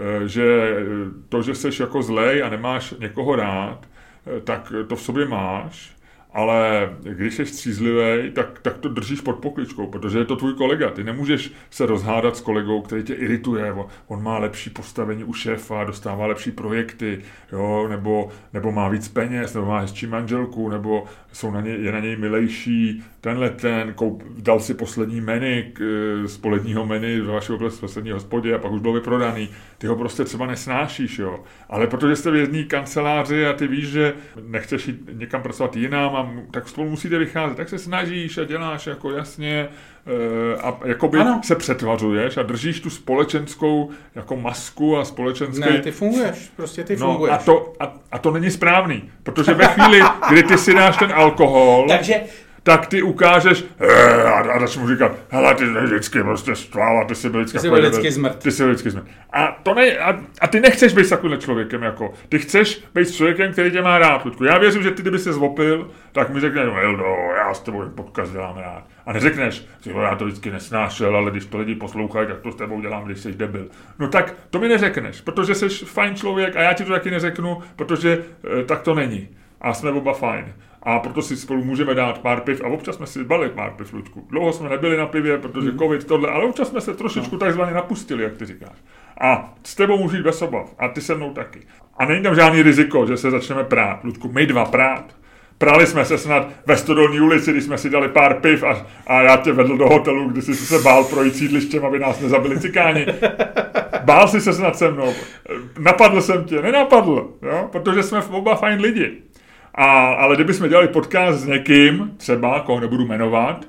že to, že jsi jako zlej a nemáš někoho rád, tak to v sobě máš, ale když jsi střízlivý, tak, tak to držíš pod pokličkou, protože je to tvůj kolega. Ty nemůžeš se rozhádat s kolegou, který tě irituje, on má lepší postavení u šéfa, dostává lepší projekty, jo, nebo, nebo má víc peněz, nebo má hezčí manželku, nebo jsou na něj, je na něj milejší tenhle ten, koup, dal si poslední menu z poledního menu ve vaší poslední hospodě a pak už bylo vyprodaný. Ty ho prostě třeba nesnášíš, jo. Ale protože jste v jedné kanceláři a ty víš, že nechceš jít někam pracovat jinam, a tak spolu musíte vycházet, tak se snažíš a děláš jako jasně a jakoby ano. Se přetvařuješ a držíš tu společenskou jako masku a společenský... Ne, ty funguješ, prostě ty no, funguješ. A to, a, a to není správný, protože ve chvíli, kdy ty si dáš ten alkohol... Takže... tak ty ukážeš a začnu mu říkat, hele, ty vždycky prostě stvála, ty jsi byl vždycky, ty jsi byl vždycky zmrt. Ty jsi byl vždycky zmrt. A, to ne, a, a ty nechceš být takovým člověkem, jako. Ty chceš být člověkem, který tě má rád, Ludku. Já věřím, že ty, kdyby se zvopil, tak mi řekneš, Hildo, já s tebou podcast dělám rád. A neřekneš, že já to vždycky nesnášel, ale když to lidi poslouchají, tak to s tebou dělám, když jsi debil. No tak to mi neřekneš, protože jsi fajn člověk a já ti to taky neřeknu, protože e, tak to není. A jsme oba fajn. A proto si spolu můžeme dát pár piv a občas jsme si dbali pár piv, Luďku. Dlouho jsme nebyli na pivě, protože covid tohle, ale občas jsme se trošičku no. takzvaně napustili, jak ty říkáš. A s tebou můžu jít bez obav a ty se mnou taky. A není tam žádný riziko, že se začneme prát, Luďku, my dva prát. Prali jsme se snad ve Stodolní ulici, když jsme si dali pár piv a, a já tě vedl do hotelu, kdy jsi se bál projít sídlištěm, aby nás nezabili cikáni. Bál jsi se snad se mnou. Napadl jsem tě, nenapadl, jo? Protože jsme oba fajn lidi. A, ale kdybychom dělali podcast s někým, třeba, koho nebudu jmenovat.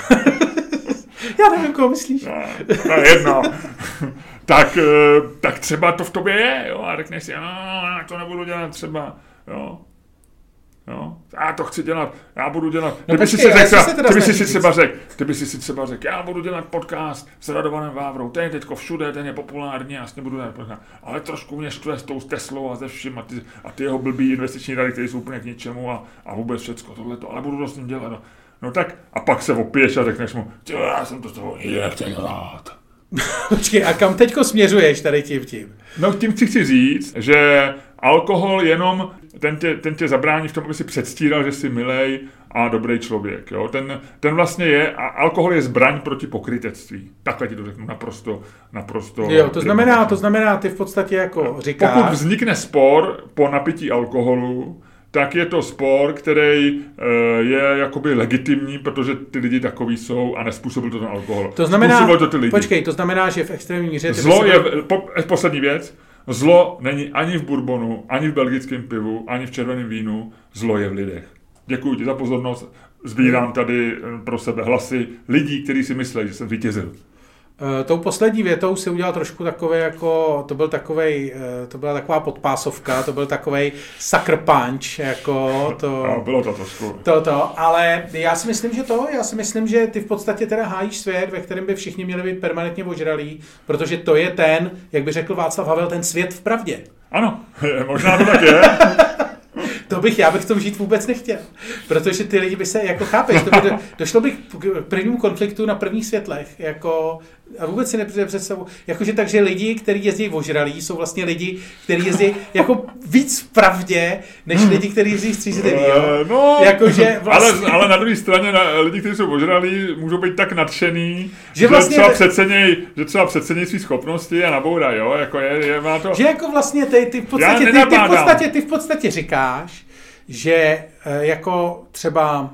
Já nevím, koho myslíš. No, to je jedno. tak, tak třeba to v tobě je, jo, a řekneš si, já to nebudu dělat třeba, jo. Jo, já to chci dělat, já budu dělat, no, ty by si si řekl, ty by si si třeba řekl, ty by si si třeba řekl, já budu dělat podcast s Radovanem Vávrou, ten je teďko všude, ten je populární, já s ním budu dělat podcast, ale trošku mě štve s tou Teslou a ze vším a ty, a ty jeho blbý investiční rady, které jsou úplně k ničemu a, a vůbec všecko tohleto, ale budu to s ním dělat, no, no tak, a pak se opiješ a řekneš mu, já jsem to s toho nechtěl dělat. Počkej, a kam teďko směřuješ tady tím tím? No tím chci říct, že alkohol jenom ten, tě, ten tě zabrání v tom, aby si předstíral, že jsi milej a dobrý člověk. Jo? Ten, ten vlastně je, a alkohol je zbraň proti pokrytectví. Takhle ti to řeknu naprosto. naprosto jo, to znamená, to znamená, ty v podstatě jako říkáš... Pokud vznikne spor po napití alkoholu, tak je to spor, který je jakoby legitimní, protože ty lidi takový jsou a nespůsobil to ten alkohol. To znamená, to ty lidi. Počkej, to znamená, že v extrémní míře... Zlo je, byl... po, poslední věc, zlo není ani v bourbonu, ani v belgickém pivu, ani v červeném vínu, zlo je v lidech. Děkuji ti za pozornost, sbírám tady pro sebe hlasy lidí, kteří si myslí, že jsem vítězil. Tou poslední větou si udělal trošku takové jako, to byl takovej, to byla taková podpásovka, to byl takovej sucker punch, jako to... No, bylo to trošku. To, to, ale já si myslím, že to, já si myslím, že ty v podstatě teda hájíš svět, ve kterém by všichni měli být permanentně ožralí, protože to je ten, jak by řekl Václav Havel, ten svět v pravdě. Ano, možná to tak je. To bych, já bych v tom žít vůbec nechtěl, protože ty lidi by se, jako chápeš, to by do, došlo bych k prvnímu konfliktu na prvních světlech, jako, a vůbec si nepředstavu, jakože takže lidi, kteří jezdí ožralí, jsou vlastně lidi, kteří jezdí jako víc v pravdě, než lidi, kteří jezdí střízliví, jo? No, jakože vlastně... ale, ale na druhé straně na, lidi, kteří jsou ožralí, můžou být tak nadšený, že, vlastně že třeba přeceněj, že třeba přeceněj svý schopnosti a nabourá, jo, jako je, je, má to... Že jako vlastně ty, ty, v podstatě, ty, ty, v podstatě, ty v podstatě říkáš, že jako třeba,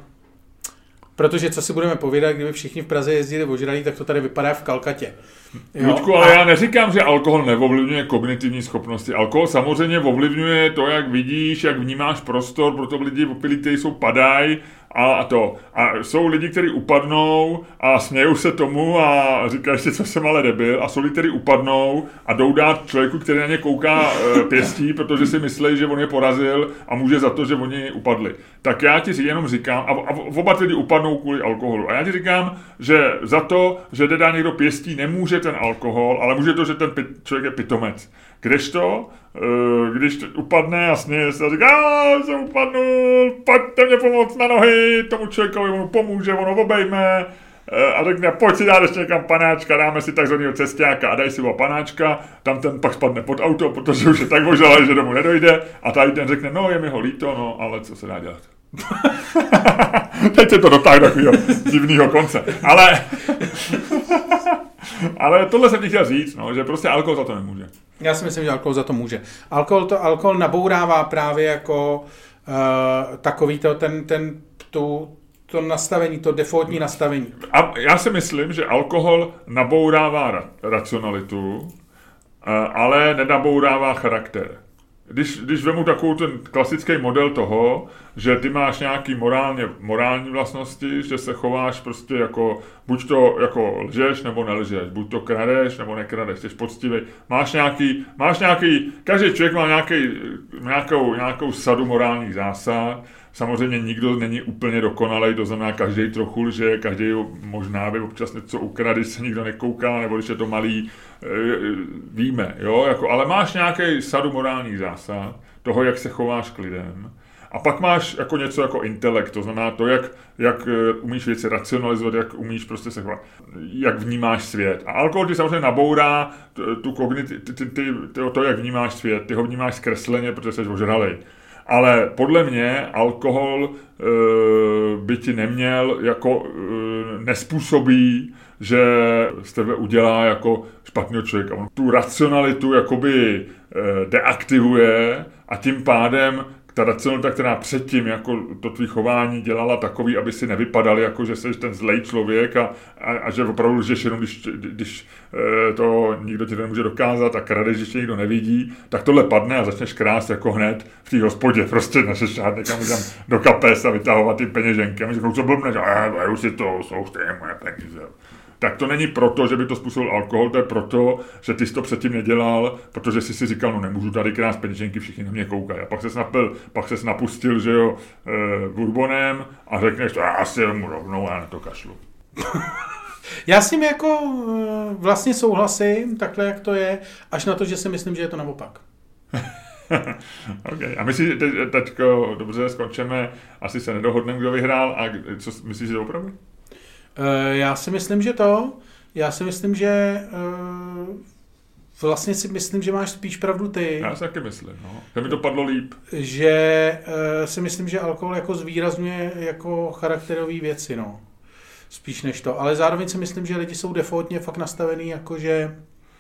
protože co si budeme povídat, kdyby všichni v Praze jezdili ožralí, tak to tady vypadá v Kalkatě. Luďku, ale já neříkám, že alkohol neovlivňuje kognitivní schopnosti. Alkohol samozřejmě ovlivňuje to, jak vidíš, jak vnímáš prostor, proto lidi opilí, kteří jsou padají a to. A jsou lidi, kteří upadnou a smějou se tomu a říkají si, co jsem ale debil. A jsou lidi, kteří upadnou a jdou dát člověku, který na ně kouká e, pěstí, protože si myslí, že on je porazil a může za to, že oni upadli. Tak já ti jenom říkám, a, a oba lidi upadnou kvůli alkoholu. A já ti říkám, že za to, že dá někdo pěstí, nemůže ten alkohol, ale může to, že ten pit, člověk je pitomec. Kdežto, když upadne a směje se a říká, a jsem upadnul, pojďte mě pomoct na nohy, tomu člověkovi mu pomůže, ono obejme a řekne, pojď si dát ještě někam panáčka, dáme si takzvanýho cestáka a dají si ho panáčka, tam ten pak spadne pod auto, protože už je tak ožralý, že domů nedojde a tady ten řekne, no je mi ho líto, no ale co se dá dělat. Teď se to dotáhne takového divného konce, ale... Ale tohle jsem ti chtěl říct, no, že prostě alkohol za to nemůže. Já si myslím, že alkohol za to může. Alkohol to alkohol nabourává právě jako uh, takový to, ten, ten, tu, to nastavení, to defaultní nastavení. A já si myslím, že alkohol nabourává ra- racionalitu, uh, ale nenabourává charakter. Když, když vemu takovou ten klasický model toho, že ty máš nějaký morálně, morální vlastnosti, že se chováš prostě jako, buď to jako lžeš nebo nelžeš, buď to kradeš nebo nekradeš, jsi poctivý, máš nějaký, máš nějaký, každý člověk má nějaký, nějakou, nějakou sadu morálních zásad, samozřejmě nikdo není úplně dokonalej, to znamená každý trochu lže, každý možná by občas něco ukradl, když se nikdo nekouká, nebo když je to malý, víme, jo, jako, ale máš nějaký sadu morálních zásad, toho, jak se chováš k lidem. A pak máš jako něco jako intelekt, to znamená to, jak, jak umíš věci racionalizovat, jak umíš prostě se chovat, jak vnímáš svět. A alkohol ti samozřejmě nabourá tu kogniti- ty, ty, ty, to, jak vnímáš svět, ty ho vnímáš zkresleně, protože jsi ožralej. Ale podle mě alkohol e, by ti neměl jako e, nespůsobí, že z tebe udělá jako špatného člověka. On tu racionalitu jakoby e, deaktivuje a tím pádem ta racionalita, která předtím jako to tvý chování dělala takový, aby si nevypadal jako, že jsi ten zlej člověk a, a, a že opravdu lžeš jenom, když, když e, to nikdo ti to nemůže dokázat a kradeš, když tě nikdo nevidí, tak tohle padne a začneš krást jako hned v té hospodě. Prostě našeš šát někam do kapes a vytahovat ty peněženky. A my řeknou, co blbne, že já už si to, jsou stejně moje peníze. Tak to není proto, že by to způsobil alkohol, to je proto, že ty jsi to předtím nedělal, protože jsi si říkal, no nemůžu tady krást peněženky, všichni na mě koukají. A pak ses napil, pak ses napustil, že jo, e, bourbonem a řekneš, to já si mu rovnou, já na to kašlu. Já s tím jako vlastně souhlasím, takhle jak to je, až na to, že si myslím, že je to naopak. Okay. A myslíš, že teď, teďko dobře skončíme, asi se nedohodneme, kdo vyhrál a co myslíš, že to opravdu? Já si myslím, že to. Já si myslím, že vlastně si myslím, že máš spíš pravdu ty. Já si taky myslím, no. Že mi to padlo líp. Že uh, si myslím, že alkohol jako zvýrazňuje jako charakterové věci, no. Spíš než to. Ale zároveň si myslím, že lidi jsou defaultně fakt nastavený, jakože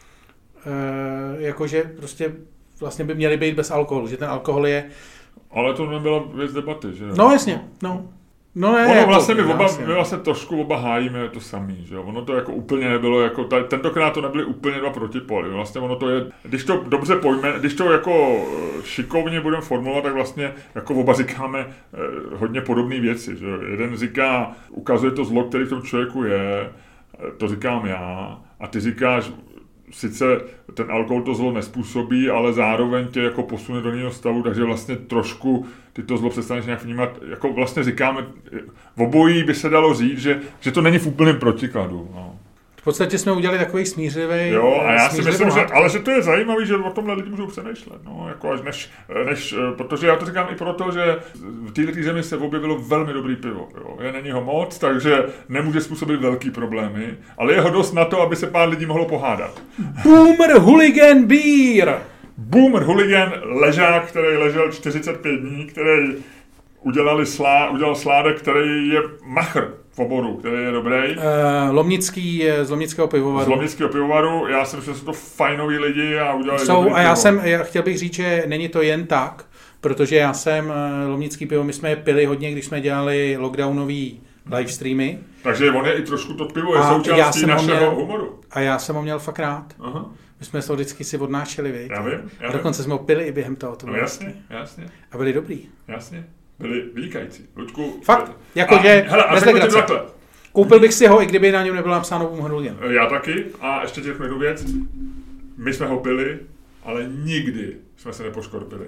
uh, jakože prostě vlastně by měli být bez alkoholu, že ten alkohol je... Ale to nebyla věc debaty, že? No jasně, no. No ne, ono vlastně to, my, oba, vlastně. my vlastně trošku oba hájíme to samý, že jo? Ono to jako úplně nebylo, jako ta, tentokrát to nebyly úplně dva protipoly, vlastně ono to je, když to dobře pojme, když to jako šikovně budeme formulovat, tak vlastně jako oba říkáme eh, hodně podobné věci, že jo? Jeden říká, ukazuje to zlo, který v tom člověku je, to říkám já, a ty říkáš, sice ten alkohol to zlo nespůsobí, ale zároveň tě jako posune do jiného stavu, takže vlastně trošku ty to zlo přestaneš nějak vnímat, jako vlastně říkáme, v obojí by se dalo říct, že, že to není v úplném protikladu. No. V podstatě jsme udělali takový smířlivý. Jo, a já si myslím, že, ale že to je zajímavé, že o tomhle lidi můžou přemýšlet, no, jako až než, než, protože já to říkám i proto, že v této zemi se objevilo velmi dobrý pivo, jo. Je, není ho moc, takže nemůže způsobit velký problémy, ale je ho dost na to, aby se pár lidí mohlo pohádat. Boomer Hooligan Beer! Boomer Hooligan, ležák, který ležel čtyřicet pět dní, který udělali slá, udělal sládek, který je machr v oboru, který je dobrý. Uh, Lomnický, z Lomnického pivovaru. Z Lomnického pivovaru, já si myslím, že jsou to fajnoví lidi a udělali jsou, dobrý a já pivo. jsem, já chtěl bych říct, že není to jen tak, protože já jsem Lomnický pivo, my jsme je pili hodně, když jsme dělali lockdownový live streamy. Takže on je i trošku to pivo, je součástí našeho měl, humoru. A já jsem ho měl fakt rád. Aha. My jsme se ho vždycky si odnášeli, viď? Já vím, já a dokonce vím. jsme ho pili i během toho. To no jasně, jasně. A byli dobrý. Jasně, byli vynikající. Luďku, fakt, jakože bez legrace. Koupil bych si ho, i kdyby na něm nebylo napsáno Boomer Hooligan. Já taky. A ještě ti řeknu jednu věc. My jsme ho pili, ale nikdy jsme se nepoškorpili.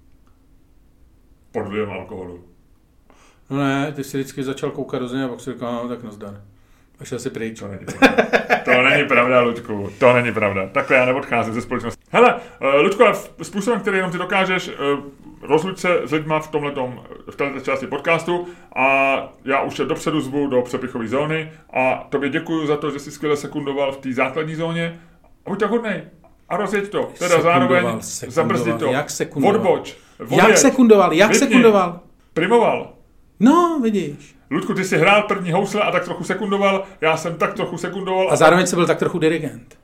Pod vlivem alkoholu. No ne, ty si vždycky začal koukat do země a pak si říkal, no tak nazdar. A šel si pryč. To není pravda, to není pravda, Luďku. To není pravda. Takhle já neodcházím ze společnosti. Hele, uh, Luďku, ale způsobem, který jenom ty dokážeš, uh, rozluč se s lidma v tomhletom, v této části podcastu a já už je dopředu zvu do přepichové zóny a tobě děkuju za to, že jsi skvěle sekundoval v té základní zóně. A buď tak hodnej a rozjeď to. Teda sekundoval, zároveň zabrzdit to. Jak sekundoval? Odboč. Odjeď. Jak sekundoval? Jak Vypni. sekundoval? Primoval. No, vidíš. Ludku, ty jsi hrál první housle a tak trochu sekundoval, já jsem tak trochu sekundoval. A zároveň jsi byl tak trochu dirigent.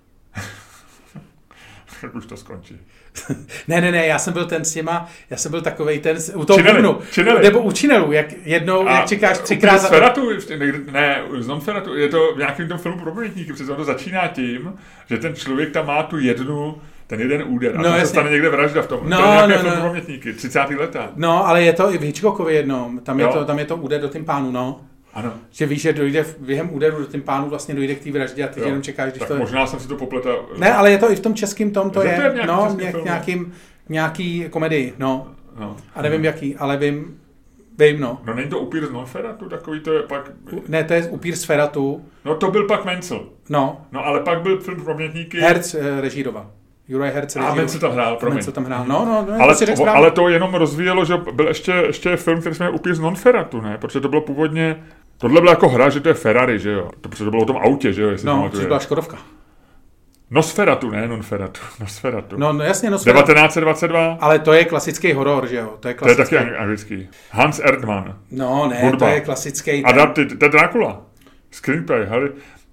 Tak už to skončí. ne, ne, ne, já jsem byl ten s těma, já jsem byl takovej ten u toho čineli, bubnu, čineli. Nebo u činelu, jak jednou, a jak čekáš třikrát za... Sferatu, ne, z non-feratu, je to v nějakém tom filmu pro mluvníky, protože on to začíná tím, že ten člověk tam má tu jednu, ten jeden úder a no, to se stane někde vražda v tom. No, to je nějaké no, film no. pro pamětníky, třicátá leta. No, ale je to i v Hitchcockově jednom, tam je, to, tam je to úder do tympánu, no. Ano. Že víš, že dojde během úderu do tympánu vlastně dojde k té vraždě a ty jenom čekáš, když tak to... možná jsem si to popletal. Ne, ale je to i v tom českým tom, to, to je, je no, nějak, nějakým, nějaký komedii, no. no. A nevím no. jaký, ale vím, vím, no. No není to upír z non-feratu, takový to je pak... Ne, to je upír z feratu. No to byl pak Menzel. No. No ale pak byl film pro pamětníky. Herc eh, režíroval. Juraj Herc režíroval. A Menzel tam hrál, promiň. Menzel tam hrál, no, no, no ale, to to, ale to jenom rozvíjelo, že byl ještě, ještě film, který jsme upír z non-feratu, ne? Protože to bylo původně... Tohle byla jako hra, že to je Ferrari, že jo? To, protože to bylo o tom autě, že jo? No, to byla Škodovka. Nosferatu, ne non-feratu. Nosferatu. No, no jasně, Nosferatu. devatenáct set dvacet dva. Ale to je klasický horor, že jo? To je, to je taky anglický. Hans Erdmann. No, ne, Hudba. to je klasický. Ten... A ty, to je Dracula. Screenplay, hele.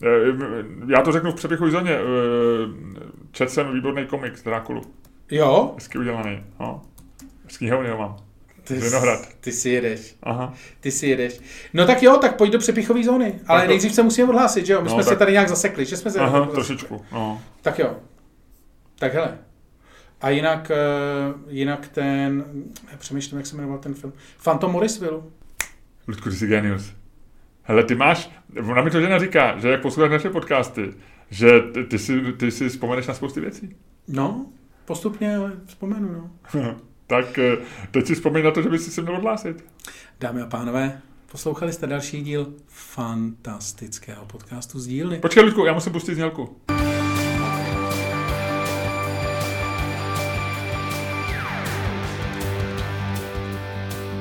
Já to řeknu v přepichové zóně. Četl jsem výborný komiks Drákulu. Jo? Hezky udělaný. No. Z knihovny ho mám. Ty, ty si jedeš. Aha. Ty si jedeš. No tak jo, tak pojď do přepichové zóny. Ale to... nejdřív se musíme odhlásit, že jo? My no, jsme tak... se tady nějak zasekli, že jsme se... Aha, trošičku, no. Tak jo. Tak hele. A jinak, uh, jinak ten... Já přemýšlím, jak se jmenoval ten film. Phantom Morrisville. Ludku, ty jsi genius. Hele, ty máš... Ona mi to žena říká, že jak posloucháš naše podcasty, že ty, ty, si, ty si vzpomeneš na spousty věcí. No, postupně, ale vzpomenu, no. Tak teď si vzpomeň na to, že bys si se měl odhlásit. Dámy a pánové, poslouchali jste další díl fantastického podcastu z dílny. Počkej, Ludku, já musím pustit znělku.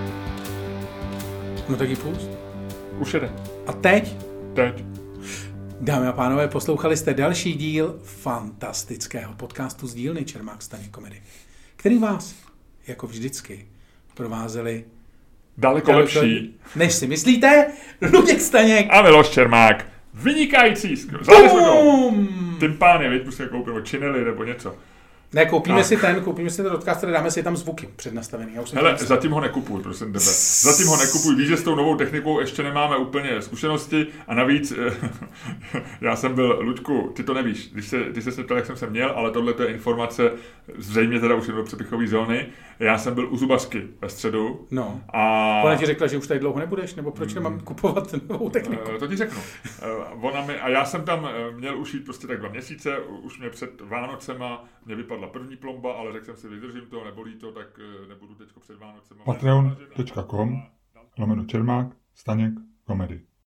No tak ji pust. Už jede. A teď? Teď. Dámy a pánové, poslouchali jste další díl fantastického podcastu z dílny Čermák Staněk Komedy, který vás, jako vždycky, provázeli daleko lepší, než si myslíte, Luděk Staněk a Miloš Čermák. Vynikající! Zvládli jsme to! Tympány, veď musíme koupit činely nebo něco. Ne, koupíme a. si ten, koupíme si ten podcaster, dáme si tam zvuky přednastavený. Já už Hele, zatím ho nekupuj, prosím tebe. Zatím ho nekupuj, víš, že s tou novou technikou ještě nemáme úplně zkušenosti a navíc já jsem byl, Luďku, ty to nevíš, když se, ty se ptal, jak jsem se měl, ale tohle je informace, zřejmě teda už je do přepichové zóny. Já jsem byl u zubařky ve středu. No. A ona ti řekla, že už tady dlouho nebudeš, nebo proč nemám kupovat novou techniku? To ti řeknu. Ona mi, a já jsem tam měl už jít prostě tak dva měsíce, už mě před Vánocema mě vypadla první plomba, ale řekl jsem si, vydržím to, nebolí to, tak nebudu teďko před Vánocema. patreon tečka com lomeno Čermák Staněk Komedy.